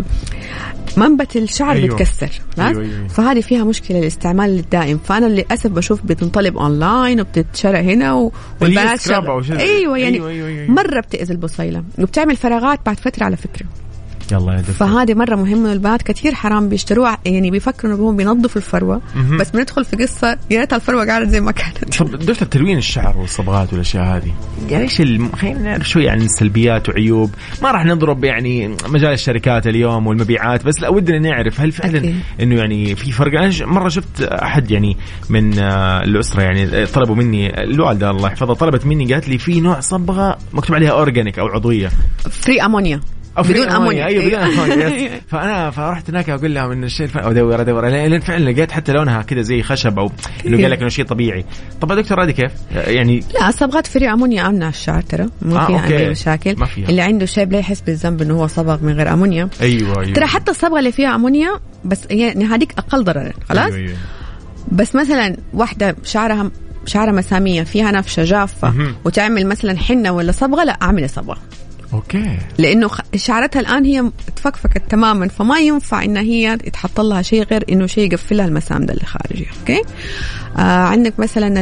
منبت الشعر أيوة. بتكسر أيوة أيوة. فهذه فيها مشكلة الاستعمال الدائم. فأنا للأسف بشوف بتنطلب أونلاين وبتتشرى هنا و... والبنات شر... أيوة يعني أيوة أيوة أيوة. مرة بتأذي البصيلة وبتعمل فراغات بعد فترة على فكرة. يلا يا دكتور. فهذه مرة مهمة. البنات كتير حرام بيشتروها، يعني بيفكروا إنهم بينظفوا الفروة م-م. بس بندخل في قصة يا ريت الفروة قاعدة زي ما كانت. طب دكتور تلوين الشعر والصبغات والأشياء هذه يعني إيش الم... خلينا نعرف شوي عن السلبيات وعيوب. ما راح نضرب يعني مجال الشركات اليوم والمبيعات، بس لا ودنا نعرف هل فعلا أكيد. إنه يعني في فرق. أنا مرة شفت أحد يعني من الأسرة يعني طلبوا مني، الوالدة الله يحفظها طلبت مني قالت لي في نوع صبغة مكتوب عليها أورجانيك أو عضوية فري أمونيا بدون أمونيا. أيوة بدون أمونيا. فأنا فرحت هناك أقول لها من الشيء الفن أدور أدور لين فعلا لقيت حتى لونها كده زي خشب أو إنه قال لك إنه شيء طبيعي. طب دكتور هذه كيف يعني؟ لا صبغات فري أمونيا آمنة على الشعر ترى مو آه فيها أي مشاكل. اللي عنده شيب لا يحس بالذنب إنه هو صبغ من غير أمونيا. أيوة أيوة. ترى حتى الصبغة اللي فيها أمونيا بس يعني هذيك أقل ضرر خلاص. أيوة أيوة. بس مثلا واحدة شعرها شعرها مسامية فيها نفشة جافة م-م. وتعمل مثلا حنة ولا صبغة، لا أعمل صبغة. أوكي. لأنه شعرتها الآن هي تفكفكت تماما، فما ينفع إن هي يتحط لها شيء غير إنه شيء يقفلها المسام ده اللي خارجي. أوكي. آه عندك مثلا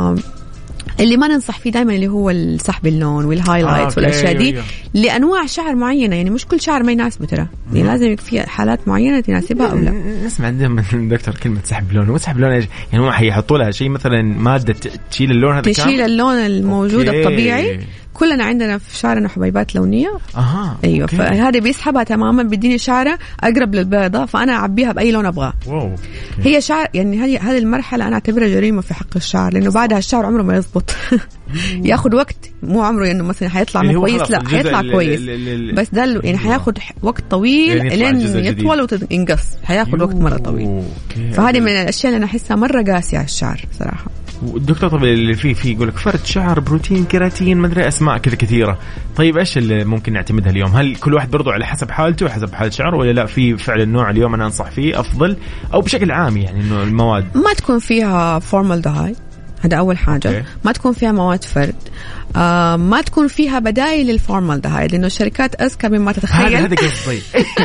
اللي ما ننصح فيه دائما اللي هو السحب اللون والهايلايت آه والأشياء دي أيوه. لأنواع شعر معينة، يعني مش كل شعر ما يناسبه ترى، يعني لازم في حالات معينة تناسبها أو لا. نسمع عندهم من دكتور كلمة سحب لون. وسحب لون يعني هم حيحطوا لها شيء مثلا مادة تشيل اللون هذا، تشيل اللون الموجود أوكي. الطبيعي. كلنا عندنا في شعرنا حبيبات لونية. أها. أيوة أوكي. فهذه بيسحبها تماما، بيديني شعرة أقرب للبيضة فأنا أعبيها بأي لون أبغاه. واو. هي شعر يعني هذه هذه المرحلة أنا أعتبرها جريمة في حق الشعر، لأنه بعدها الشعر عمره ما يزبط. ياخد وقت، مو عمره إنه مثلا حيطلع مو كويس، لا حيطلع كويس بس ده يعني حياخد وقت طويل لين يطول وينقص، حياخد وقت مرة طويل. فهذه من الأشياء اللي أنا أحسها مرة قاسية على الشعر صراحة. والدكتور طبعا اللي فيه فيه يقول لك فرد شعر، بروتين، كيراتين، ما ادري اسماء كذا كثيره. طيب ايش اللي ممكن نعتمدها اليوم؟ هل كل واحد برضو على حسب حالته وحسب حاله شعره، ولا لا في فعلا نوع اليوم انا انصح فيه افضل او بشكل عام يعني انه المواد ما تكون فيها فورمالدهايد، هذا أول حاجة. okay. ما تكون فيها مواد فرد، آه ما تكون فيها بدائل للفورمالدهايد، لأنه الشركات أذكى مما تتخيل. هذا قصدي.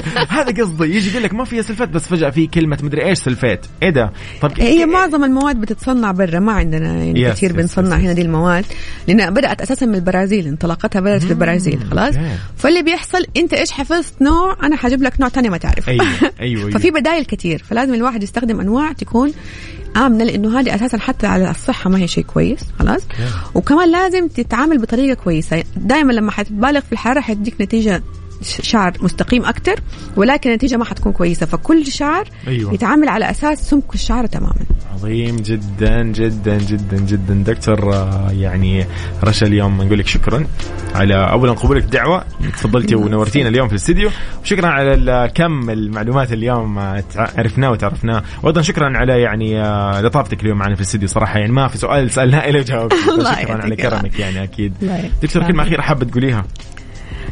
هذا قصدي يجي يقول لك ما فيها سلفات، بس فجأة في كلمة مدري إيش سلفات. إيه ده؟ طب هي معظم المواد بتتصنع برا، ما عندنا يعني yes, كثير yes, بنصنع yes, هنا دي المواد، لأنها بدأت أساسا من البرازيل، انطلاقتها بدأت في البرازيل خلاص. okay. فاللي بيحصل أنت إيش حفظت نوع، أنا حجيب لك نوع تاني ما تعرف. أيوة. أيوة. ففي بدائل كثير، فلازم الواحد يستخدم أنواع تكون آمنة، لأنه هذه أساسا حتى على الصحة ما هي شيء كويس خلاص. okay. وكمان لازم تتعامل بطريقة كويسة. دائما لما حتبالغ في الحرارة حتديك نتيجة شعر مستقيم أكتر، ولكن النتيجة ما حتكون كويسة. فكل شعر أيوة. يتعامل على أساس سمك الشعر تماما. عظيم جدا جدا جدا جدا دكتور. يعني رشا اليوم نقول لك شكرا على أولا قبولك الدعوة، تفضلتي ونورتينا اليوم في الاستديو، وشكرا على كم المعلومات اليوم عرفناه وتعرفناه، وأيضا شكرا على يعني لطافتك اليوم معنا في الاستديو صراحة. يعني ما في سؤال سألناه إلا وجاوبت. شكرا على كرمك يعني. أكيد دكتور كلمة أخيرة حابة تقوليها؟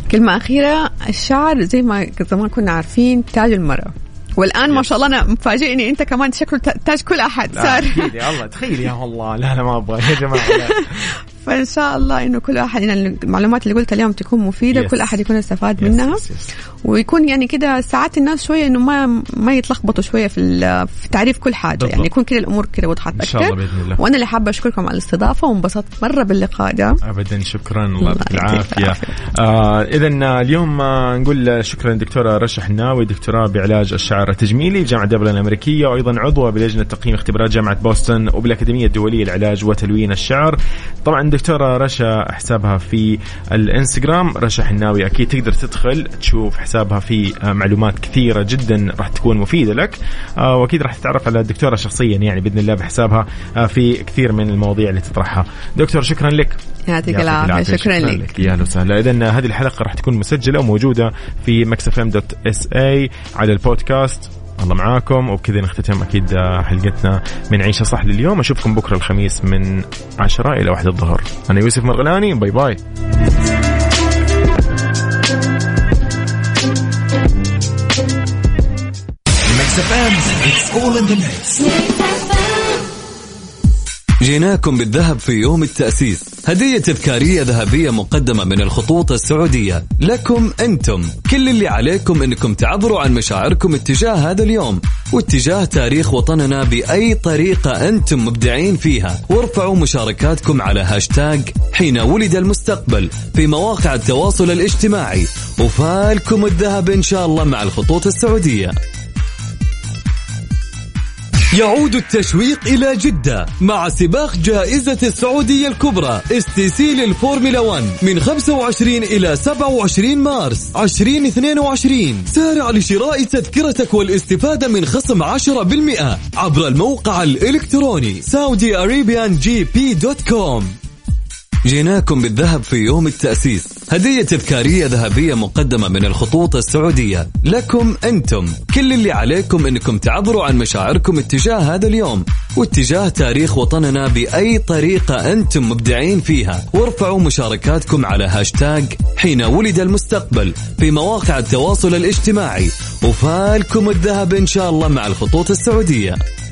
كلمة أخيرة، الشعر زي ما زمان كنا عارفين تاج المرأة، والآن ما شاء الله أنا مفاجئني أنت كمان شكله تاج كل أحد صار. يا الله تخيل يا الله، لا لا ما أبغى يا جماعة. فإن شاء الله إنه كل واحد إن المعلومات اللي قلتها اليوم تكون مفيدة، وكل أحد يكون استفاد منها، يس يس. ويكون يعني كده ساعات الناس شوية إنه ما ما يتلخبطوا شوية في في تعريف كل حاجة بالضبط. يعني يكون كده الأمور كده وضحت أكثر إن شاء الله بإذن الله. وأنا اللي حابة أشكركم على الاستضافة وانبسطت مرة باللقاء ده. أبدا شكرا، الله يعطيك العافية. آه إذن اليوم آه نقول شكرا دكتورة رشا حناوي، دكتوراه بعلاج الشعر التجميلي جامعة دبلن الأمريكية، وأيضا عضوة بلجنة تقييم اختبارات جامعة بوسطن وبالأكاديمية الدولية للعلاج وتلوين الشعر. طبعا دكتورة رشا حسابها في الانستغرام رشا حناوي، أكيد تقدر تدخل تشوف حسابها في معلومات كثيرة جدا راح تكون مفيدة لك، وأكيد راح تتعرف على الدكتورة شخصيا يعني بإذن الله بحسابها في كثير من المواضيع اللي تطرحها. دكتور شكرا لك. يعطيك العافية. شكرا لك. يا أهلا وسهلا. إذن هذه الحلقة راح تكون مسجلة وموجودة في ميكس اف ام دوت اس اي على البودكاست. الله معاكم، وبكذا نختتم أكيد حلقتنا من عيشة صح لليوم. أشوفكم بكرة الخميس من عشرة إلى واحدة الظهر. أنا يوسف مرغلاني، باي باي. جيناكم بالذهب في يوم التأسيس، هدية تذكارية ذهبية مقدمة من الخطوط السعودية لكم أنتم. كل اللي عليكم أنكم تعبروا عن مشاعركم اتجاه هذا اليوم واتجاه تاريخ وطننا بأي طريقة أنتم مبدعين فيها، وارفعوا مشاركاتكم على هاشتاج حين ولد المستقبل في مواقع التواصل الاجتماعي، وفالكم الذهب إن شاء الله مع الخطوط السعودية. يعود التشويق إلى جدة مع سباق جائزة السعودية الكبرى استيسيل الفورمولا واحد من خمسة وعشرين إلى سبعة وعشرين مارس ألفين واثنين وعشرين. سارع لشراء تذكرتك والاستفادة من خصم عشرة بالمئة عبر الموقع الإلكتروني سعودي أرابيان جي بي دوت كوم. جيناكم بالذهب في يوم التأسيس، هدية تذكارية ذهبية مقدمة من الخطوط السعودية لكم أنتم. كل اللي عليكم أنكم تعبروا عن مشاعركم اتجاه هذا اليوم واتجاه تاريخ وطننا بأي طريقة أنتم مبدعين فيها، وارفعوا مشاركاتكم على هاشتاج حين ولد المستقبل في مواقع التواصل الاجتماعي، وفالكم الذهب إن شاء الله مع الخطوط السعودية.